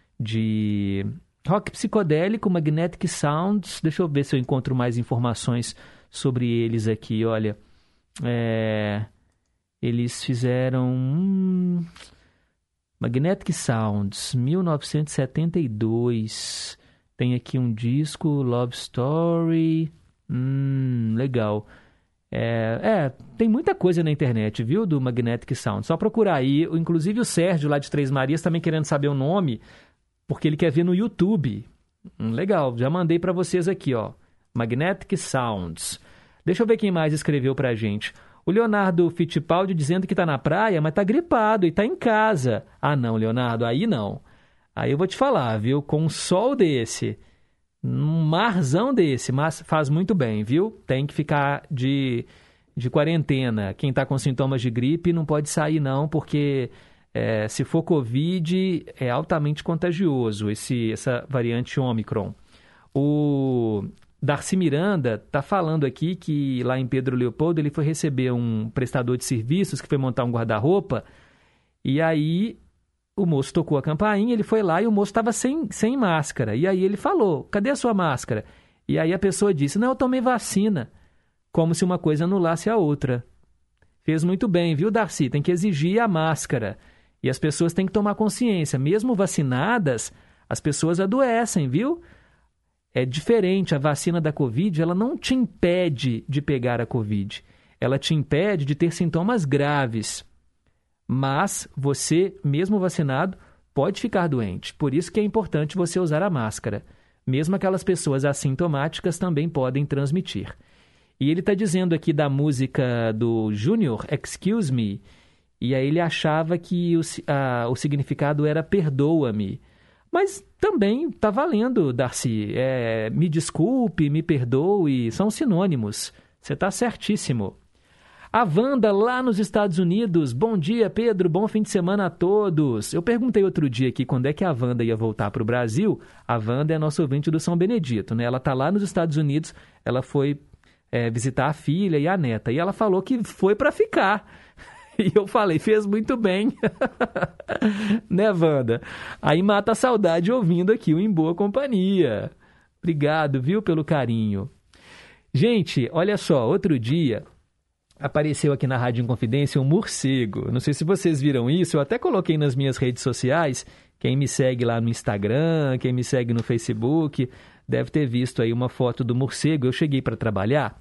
de rock psicodélico, Magnetic Sounds. Deixa eu ver se eu encontro mais informações sobre eles aqui. Olha, é, eles fizeram... Hum, Magnetic Sounds, mil novecentos e setenta e dois. Tem aqui um disco, Love Story. Hum, legal. É, é, tem muita coisa na internet, viu, do Magnetic Sounds. Só procurar aí. Inclusive o Sérgio, lá de Três Marias, também querendo saber o nome, porque ele quer ver no YouTube. Hum, legal, já mandei para vocês aqui, ó. Magnetic Sounds. Deixa eu ver quem mais escreveu pra gente. O Leonardo Fittipaldi dizendo que está na praia, mas está gripado e está em casa. Ah, não, Leonardo, aí não. Aí eu vou te falar, viu? Com um sol desse, um marzão desse, mas faz muito bem, viu? Tem que ficar de, de quarentena. Quem está com sintomas de gripe não pode sair não, porque é, se for Covid, é altamente contagioso, esse, essa variante Ômicron. O Darcy Miranda está falando aqui que lá em Pedro Leopoldo ele foi receber um prestador de serviços que foi montar um guarda-roupa e aí o moço tocou a campainha, ele foi lá e o moço estava sem, sem máscara. E aí ele falou, cadê a sua máscara? E aí a pessoa disse, não, eu tomei vacina. Como se uma coisa anulasse a outra. Fez muito bem, viu, Darcy? Tem que exigir a máscara. E as pessoas têm que tomar consciência. Mesmo vacinadas, as pessoas adoecem, viu? É diferente. A vacina da Covid, ela não te impede de pegar a Covid. Ela te impede de ter sintomas graves. Mas você, mesmo vacinado, pode ficar doente. Por isso que é importante você usar a máscara. Mesmo aquelas pessoas assintomáticas também podem transmitir. E ele está dizendo aqui da música do Júnior, Excuse Me, e aí ele achava que o, a, o significado era perdoa-me. Mas também está valendo, Darcy. É, me desculpe, me perdoe, são sinônimos. Você está certíssimo. A Wanda, lá nos Estados Unidos. Bom dia, Pedro. Bom fim de semana a todos. Eu perguntei outro dia aqui quando é que a Wanda ia voltar para o Brasil. A Wanda é nossa ouvinte do São Benedito, né? Ela está lá nos Estados Unidos. Ela foi é, visitar a filha e a neta. E ela falou que foi para ficar. E eu falei, fez muito bem. Né, Wanda? Aí mata a saudade ouvindo aqui o Em Boa Companhia. Obrigado, viu, pelo carinho. Gente, olha só, outro dia apareceu aqui na Rádio Inconfidência um morcego. Não sei se vocês viram isso, eu até coloquei nas minhas redes sociais. Quem me segue lá no Instagram, quem me segue no Facebook, deve ter visto aí uma foto do morcego. Eu cheguei para trabalhar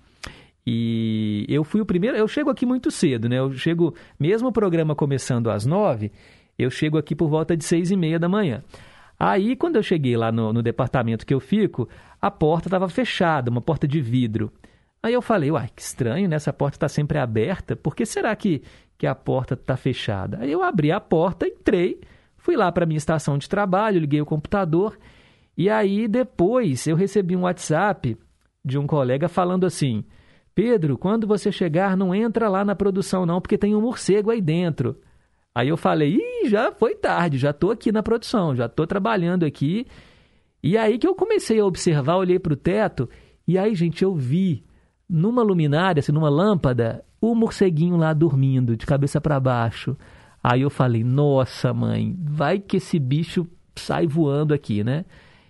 e eu fui o primeiro. Eu chego aqui muito cedo, né? Eu chego, mesmo o programa começando às nove, eu chego aqui por volta de seis e meia da manhã. Aí, quando eu cheguei lá no, no departamento que eu fico, a porta estava fechada, uma porta de vidro. Aí eu falei, uai, que estranho, né? Essa porta está sempre aberta, por que será que, que a porta está fechada? Aí eu abri a porta, entrei, fui lá para a minha estação de trabalho, liguei o computador, e aí depois eu recebi um WhatsApp de um colega falando assim, Pedro, quando você chegar, não entra lá na produção não, porque tem um morcego aí dentro. Aí eu falei, ih, já foi tarde, já estou aqui na produção, já estou trabalhando aqui. E aí que eu comecei a observar, olhei para o teto, e aí, gente, eu vi numa luminária, assim, numa lâmpada, o morceguinho lá dormindo, de cabeça para baixo. Aí eu falei, nossa, mãe, vai que esse bicho sai voando aqui, né?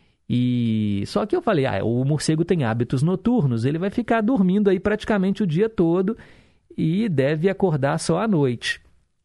E só que eu falei, ah, o morcego tem hábitos noturnos, ele vai ficar dormindo aí praticamente o dia todo e deve acordar só à noite.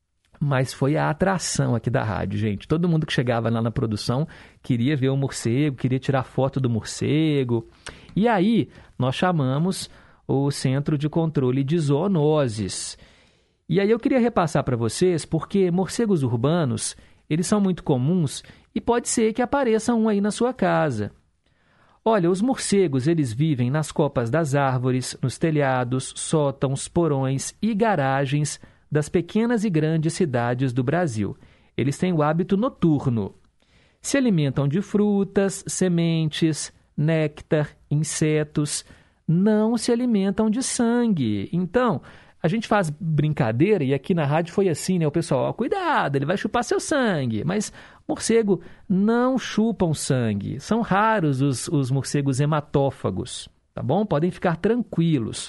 Mas foi a atração aqui da rádio, gente. Todo mundo que chegava lá na produção queria ver o morcego, queria tirar foto do morcego. E aí nós chamamos o Centro de Controle de Zoonoses. E aí eu queria repassar para vocês, porque morcegos urbanos, eles são muito comuns e pode ser que apareça um aí na sua casa. Olha, os morcegos, eles vivem nas copas das árvores, nos telhados, sótãos, porões e garagens das pequenas e grandes cidades do Brasil. Eles têm o hábito noturno. Se alimentam de frutas, sementes, néctar, insetos, não se alimentam de sangue. Então, a gente faz brincadeira, e aqui na rádio foi assim, né? O pessoal, ó, cuidado, ele vai chupar seu sangue. Mas morcego não chupam sangue. São raros os, os morcegos hematófagos, tá bom? Podem ficar tranquilos.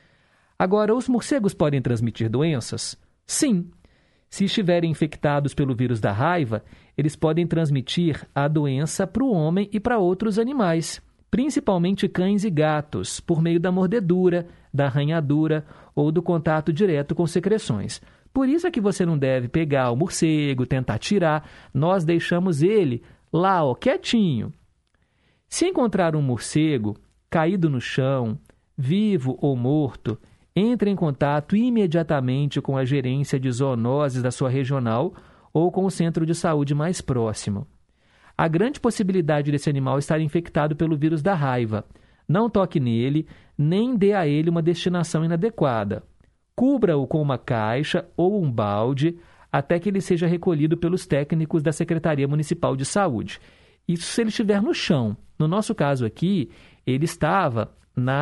Agora, os morcegos podem transmitir doenças? Sim. Se estiverem infectados pelo vírus da raiva, eles podem transmitir a doença para o homem e para outros animais, principalmente cães e gatos, por meio da mordedura, da arranhadura ou do contato direto com secreções. Por isso é que você não deve pegar o morcego, tentar tirar. Nós deixamos ele lá, ó, quietinho. Se encontrar um morcego caído no chão, vivo ou morto, entre em contato imediatamente com a gerência de zoonoses da sua regional ou com o centro de saúde mais próximo. Há grande possibilidade desse animal estar infectado pelo vírus da raiva. Não toque nele, nem dê a ele uma destinação inadequada. Cubra-o com uma caixa ou um balde até que ele seja recolhido pelos técnicos da Secretaria Municipal de Saúde. Isso se ele estiver no chão. No nosso caso aqui, ele estava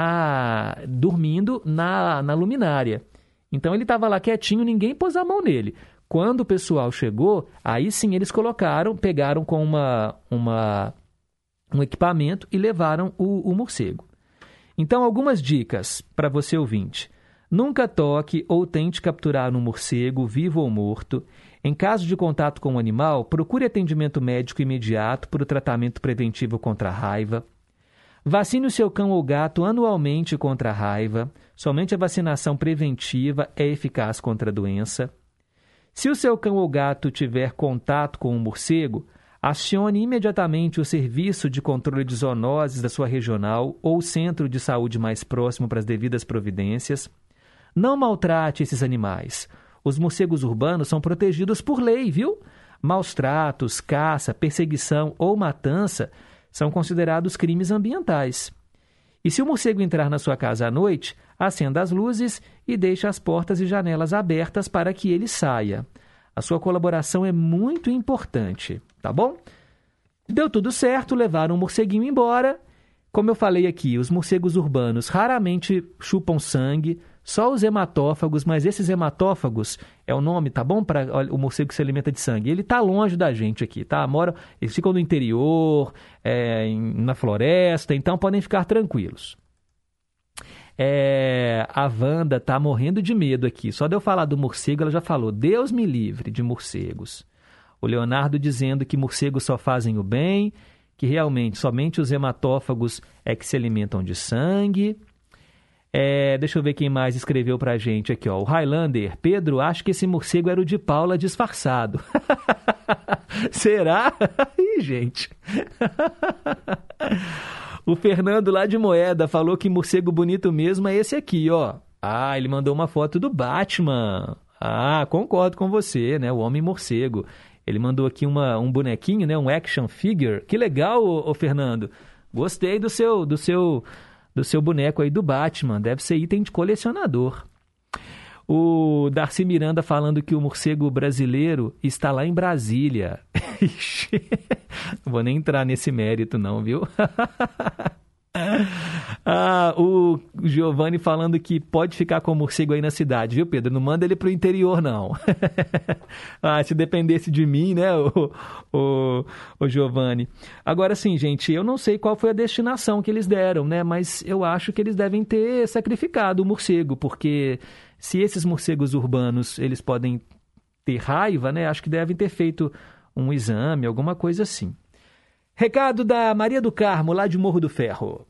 na dormindo na, na luminária. Então ele estava lá quietinho, ninguém pôs a mão nele. Quando o pessoal chegou, aí sim eles colocaram, pegaram com uma, uma, um equipamento e levaram o, o morcego. Então, algumas dicas para você ouvinte. Nunca toque ou tente capturar um morcego, vivo ou morto. Em caso de contato com o animal, procure atendimento médico imediato para o tratamento preventivo contra a raiva. Vacine o seu cão ou gato anualmente contra a raiva. Somente a vacinação preventiva é eficaz contra a doença. Se o seu cão ou gato tiver contato com um morcego, acione imediatamente o serviço de controle de zoonoses da sua regional ou o centro de saúde mais próximo para as devidas providências. Não maltrate esses animais. Os morcegos urbanos são protegidos por lei, viu? Maus tratos, caça, perseguição ou matança são considerados crimes ambientais. E se o morcego entrar na sua casa à noite, acenda as luzes e deixe as portas e janelas abertas para que ele saia. A sua colaboração é muito importante, tá bom? Deu tudo certo, levaram o morceguinho embora. Como eu falei aqui, os morcegos urbanos raramente chupam sangue, só os hematófagos, mas esses hematófagos é o nome, tá bom? Para o morcego que se alimenta de sangue. Ele tá longe da gente aqui, tá? Mora, eles ficam no interior, é, em, na floresta, então podem ficar tranquilos. É, a Wanda tá morrendo de medo aqui. Só de eu falar do morcego, ela já falou, Deus me livre de morcegos. O Leonardo dizendo que morcegos só fazem o bem, que realmente somente os hematófagos é que se alimentam de sangue. É, deixa eu ver quem mais escreveu pra gente aqui, ó. O Highlander, Pedro, acho que esse morcego era o de Paula disfarçado. Será? Ih, gente. O Fernando lá de Moeda falou que morcego bonito mesmo é esse aqui, ó. Ah, ele mandou uma foto do Batman. Ah, concordo com você, né? O Homem Morcego. Ele mandou aqui uma, um bonequinho, né? Um action figure. Que legal, ô, ô Fernando. Gostei do seu... Do seu do seu boneco aí do Batman, deve ser item de colecionador. O Darcy Miranda falando que o morcego brasileiro está lá em Brasília. Não vou nem entrar nesse mérito não, viu? Ah, o Giovanni falando que pode ficar com o morcego aí na cidade, viu, Pedro? Não manda ele pro interior, não. Ah, se dependesse de mim, né, o, o, o Giovanni. Agora sim, gente, eu não sei qual foi a destinação que eles deram, né? Mas eu acho que eles devem ter sacrificado o morcego, porque se esses morcegos urbanos, eles podem ter raiva, né? Acho que devem ter feito um exame, alguma coisa assim. Recado da Maria do Carmo, lá de Morro do Ferro.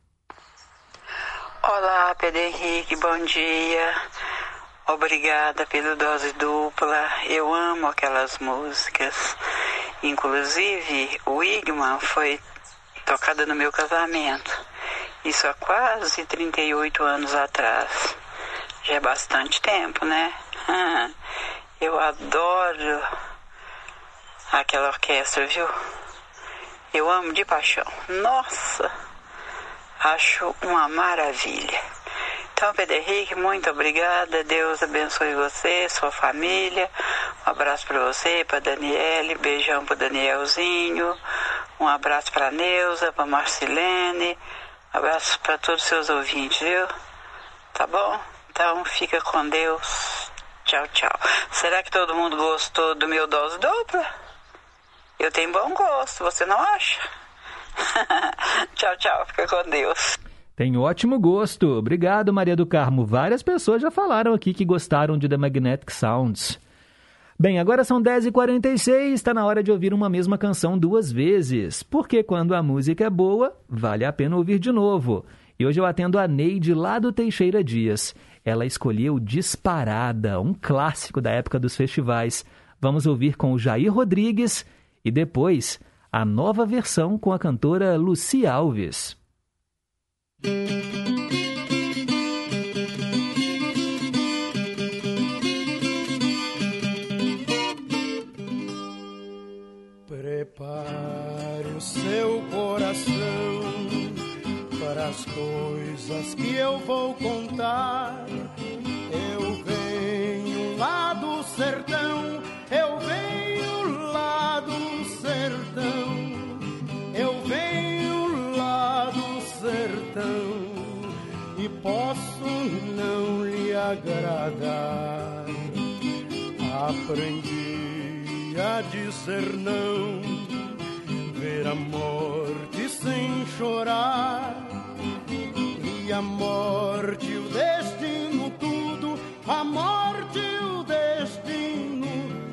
Olá, Pedro Henrique, bom dia. Obrigada pela dose dupla. Eu amo aquelas músicas. Inclusive, o Igman foi tocada no meu casamento. Isso há quase trinta e oito anos atrás. Já é bastante tempo, né? Eu adoro aquela orquestra, viu? Eu amo de paixão. Nossa, acho uma maravilha. Então, Pedro Henrique, muito obrigada. Deus abençoe você, sua família. Um abraço para você, para Daniele. Beijão para Danielzinho. Um abraço para Neuza, para Marcilene. Um abraço para todos os seus ouvintes, viu? Tá bom? Então, fica com Deus. Tchau, tchau. Será que todo mundo gostou do meu dose dupla? Eu tenho bom gosto, você não acha? Tchau, tchau, fica com Deus. Tem ótimo gosto. Obrigado, Maria do Carmo. Várias pessoas já falaram aqui que gostaram de The Magnetic Sounds. Bem, agora são dez e quarenta e seis, está na hora de ouvir uma mesma canção duas vezes. Porque quando a música é boa, vale a pena ouvir de novo. E hoje eu atendo a Neide lá do Teixeira Dias. Ela escolheu Disparada, um clássico da época dos festivais. Vamos ouvir com o Jair Rodrigues e depois a nova versão com a cantora Lucia Alves. Prepare o seu coração para as coisas que eu vou contar. Eu venho lá do sertão, eu venho lá do sertão, eu venho lá do sertão e posso não lhe agradar. Aprendi a dizer não, ver a morte sem chorar, e a morte, o destino, tudo, a morte, o destino,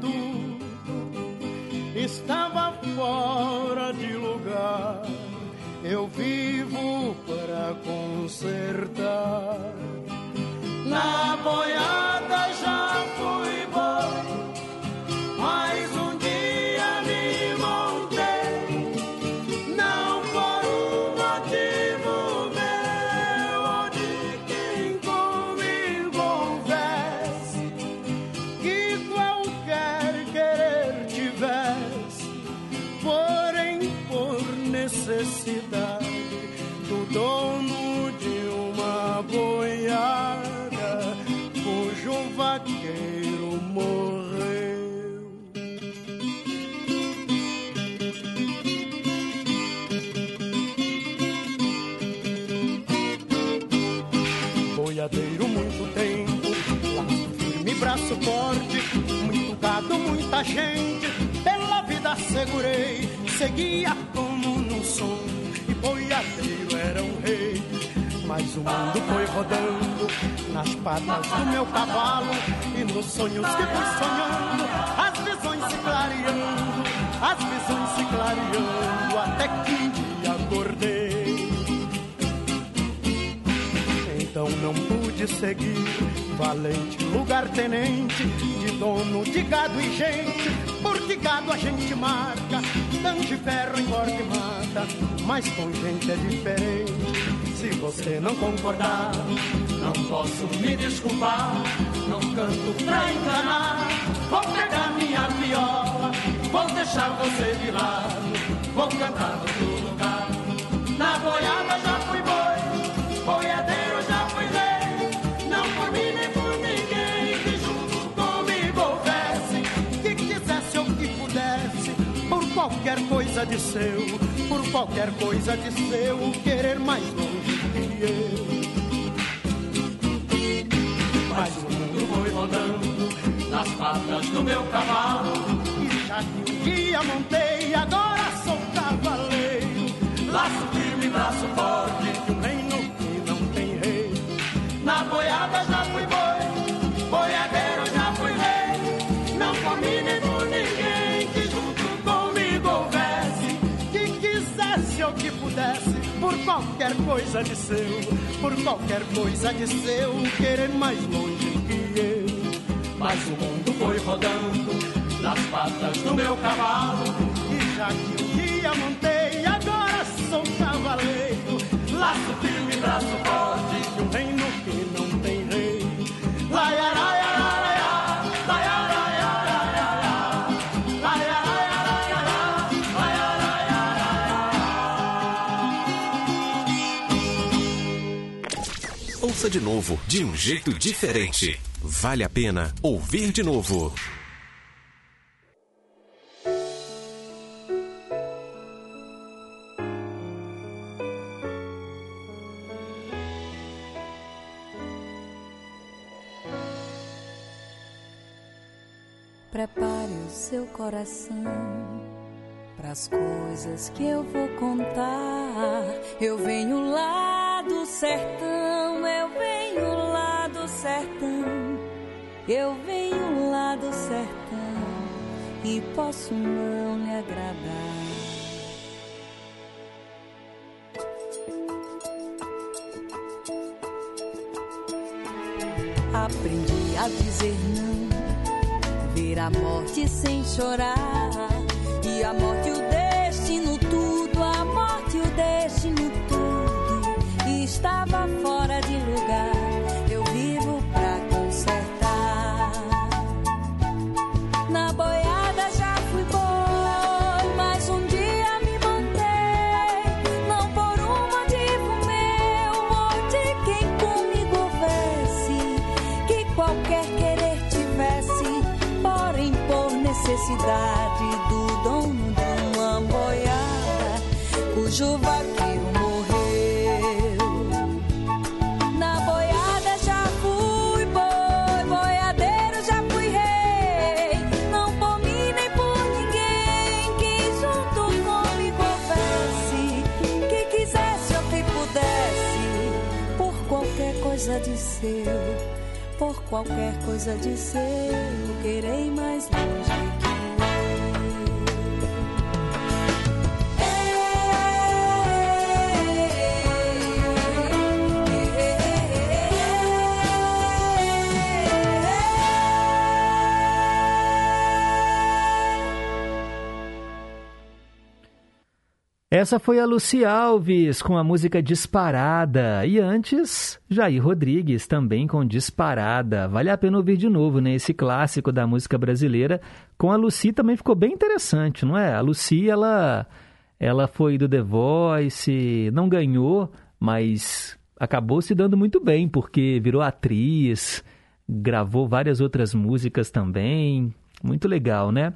tudo, estava fora de lugar. eu vivo para consertar. Na boiada já fui boi, mas um dia me montei, não por um motivo meu ou de quem comigo houvesse, que qualquer querer tivesse, porém por necessidade do dono de uma boiada cujo vaqueiro morreu. Boiadeiro muito tempo, laço firme, braço forte, muito gado, muita gente, pela vida segurei, seguia como num sonho, e boiadeiro era um rei. Mas o mundo foi rodando nas patas do meu cavalo, e nos sonhos que fui sonhando, as visões se clareando, as visões se clareando, até que um dia acordei. Então não pude seguir, valente lugar-tenente, de dono de gado e gente, porque gado a gente marca, tanto de ferro engorda e mata, mas com gente é diferente. Se você não concordar, não posso me desculpar, não canto pra enganar, vou pegar minha viola, vou deixar você de lado, vou cantar no outro lugar. Na boiada já fui boi, boiadeiro já fui rei, não por mim nem por ninguém que junto comigo houvesse, que quisesse ou que pudesse, por qualquer coisa de seu, por qualquer coisa de seu, querer mais longe que eu. Mas o mundo foi rodando nas patas do meu cavalo, e já que um dia montei, agora sou cavaleiro. Laço firme, braço forte, de um reino que não tem rei. Na boiada já fui boi, boiadeiro já fui rei, não comi nem por ninguém que junto comigo houvesse, que quisesse ou que pudesse, por qualquer coisa de seu, por qualquer coisa de seu, querer mais longe que eu. Mas o mundo foi rodando nas patas do meu cavalo, e já que um dia montei, agora sou cavaleiro. Laço firme, braço forte, de um reino que não tem rei. Laiaraiaraiá, laiaraiaraiá, laiaraiaraiá, laiaraiaraiá. Ouça de novo, de um jeito diferente. Vale a pena ouvir de novo. Prepare o seu coração pras coisas que eu vou contar. Eu venho lá do sertão, eu venho lá do sertão, eu venho lá do sertão e posso não lhe agradar. Aprendi a dizer não, ver a morte sem chorar, e a morte o destino tudo, a morte o destino tudo, e estava fora de lugar, eu vivo pra consertar. Na boiada já fui boi, mas um dia me montei, não por um motivo meu ou de quem comigo houvesse, que qualquer querer tivesse, porém por necessidade do dono de uma boiada, cujo vaqueiro morreu. Na boiada já fui boi, boiadeiro já fui rei, não por mim nem por ninguém que junto comigo houvesse, que quisesse ou que pudesse, por qualquer coisa de seu, por qualquer coisa de seu, querer mais longe que eu. Essa foi a Lucy Alves com a música Disparada. E antes, Jair Rodrigues também com Disparada. Vale a pena ouvir de novo, né? Esse clássico da música brasileira. Com a Lucy também ficou bem interessante, não é? A Lucy, ela, ela foi do The Voice, não ganhou, mas acabou se dando muito bem, porque virou atriz, gravou várias outras músicas também. Muito legal, né?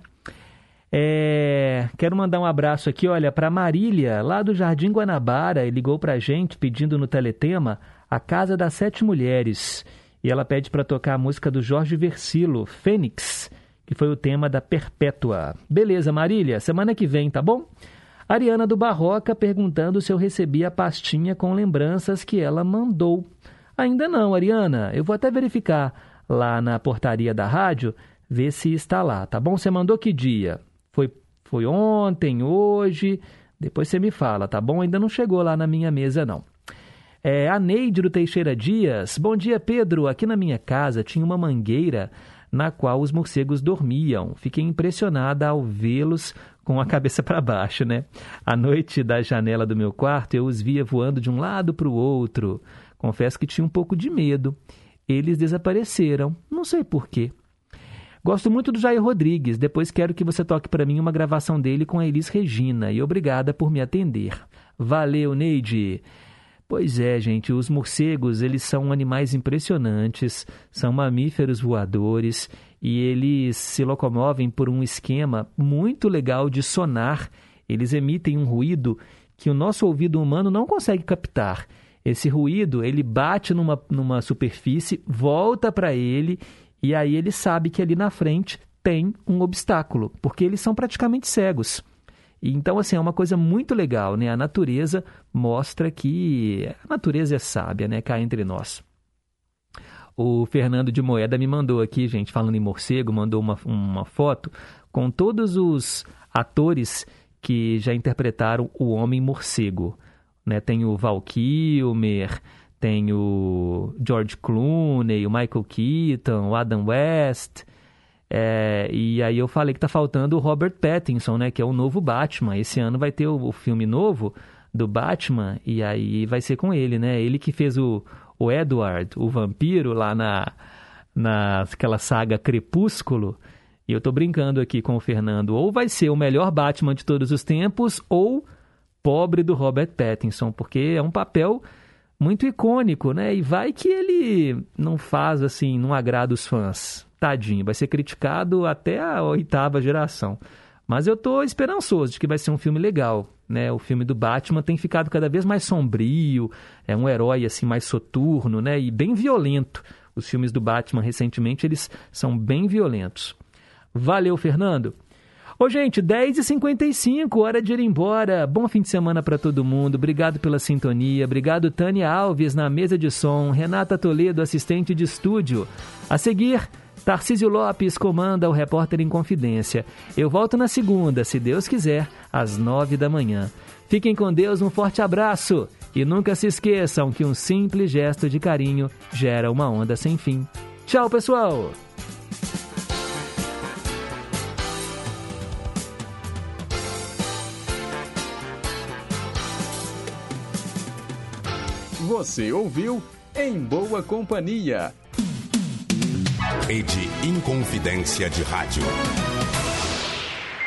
É, quero mandar um abraço aqui, olha, para Marília, lá do Jardim Guanabara, e ligou pra gente pedindo no Teletema A Casa das Sete Mulheres. E ela pede para tocar a música do Jorge Versilo, Fênix, que foi o tema da Perpétua. Beleza, Marília, semana que vem, tá bom? Ariana do Barroca perguntando se eu recebi a pastinha com lembranças que ela mandou. Ainda não, Ariana, eu vou até verificar lá na portaria da rádio, ver se está lá, tá bom? Você mandou que dia? Foi, foi ontem, hoje, depois você me fala, tá bom? Ainda não chegou lá na minha mesa, não. É, a Neide do Teixeira Dias. Bom dia, Pedro. Aqui na minha casa tinha uma mangueira na qual os morcegos dormiam. Fiquei impressionada ao vê-los com a cabeça para baixo, né? À noite, da janela do meu quarto, eu os via voando de um lado para o outro. Confesso que tinha um pouco de medo. Eles desapareceram, não sei por quê. Gosto muito do Jair Rodrigues. Depois quero que você toque para mim uma gravação dele com a Elis Regina. E obrigada por me atender. Valeu, Neide. Pois é, gente, os morcegos, eles são animais impressionantes, são mamíferos voadores e eles se locomovem por um esquema muito legal de sonar. Eles emitem um ruído que o nosso ouvido humano não consegue captar. Esse ruído, ele bate numa, numa superfície, volta para ele e aí ele sabe que ali na frente tem um obstáculo, porque eles são praticamente cegos. E então, assim, é uma coisa muito legal, né? A natureza mostra que a natureza é sábia, né? Cá entre nós. O Fernando de Moeda me mandou aqui, gente, falando em morcego, mandou uma, uma foto com todos os atores que já interpretaram o Homem Morcego. Né? Tem o Val Kilmer, tem o George Clooney, o Michael Keaton, o Adam West. É, e aí eu falei que tá faltando o Robert Pattinson, né? Que é o novo Batman. Esse ano vai ter o, o filme novo do Batman e aí vai ser com ele, né? Ele que fez o, o Edward, o vampiro, lá na, naquela saga Crepúsculo. E eu tô brincando aqui com o Fernando. Ou vai ser o melhor Batman de todos os tempos ou pobre do Robert Pattinson, porque é um papel muito icônico, né? E vai que ele não faz assim, não agrada os fãs. Tadinho, vai ser criticado até a oitava geração. Mas eu tô esperançoso de que vai ser um filme legal, né? O filme do Batman tem ficado cada vez mais sombrio, é um herói assim mais soturno, né? E bem violento. Os filmes do Batman recentemente, eles são bem violentos. Valeu, Fernando. Ô, gente, dez e cinquenta e cinco, hora de ir embora. Bom fim de semana para todo mundo. Obrigado pela sintonia. Obrigado, Tânia Alves, na mesa de som. Renata Toledo, assistente de estúdio. A seguir, Tarcísio Lopes comanda o Repórter em Confidência. Eu volto na segunda, se Deus quiser, às nove da manhã. Fiquem com Deus, um forte abraço. E nunca se esqueçam que um simples gesto de carinho gera uma onda sem fim. Tchau, pessoal! Você ouviu Em Boa Companhia. Rede Inconfidência de Rádio.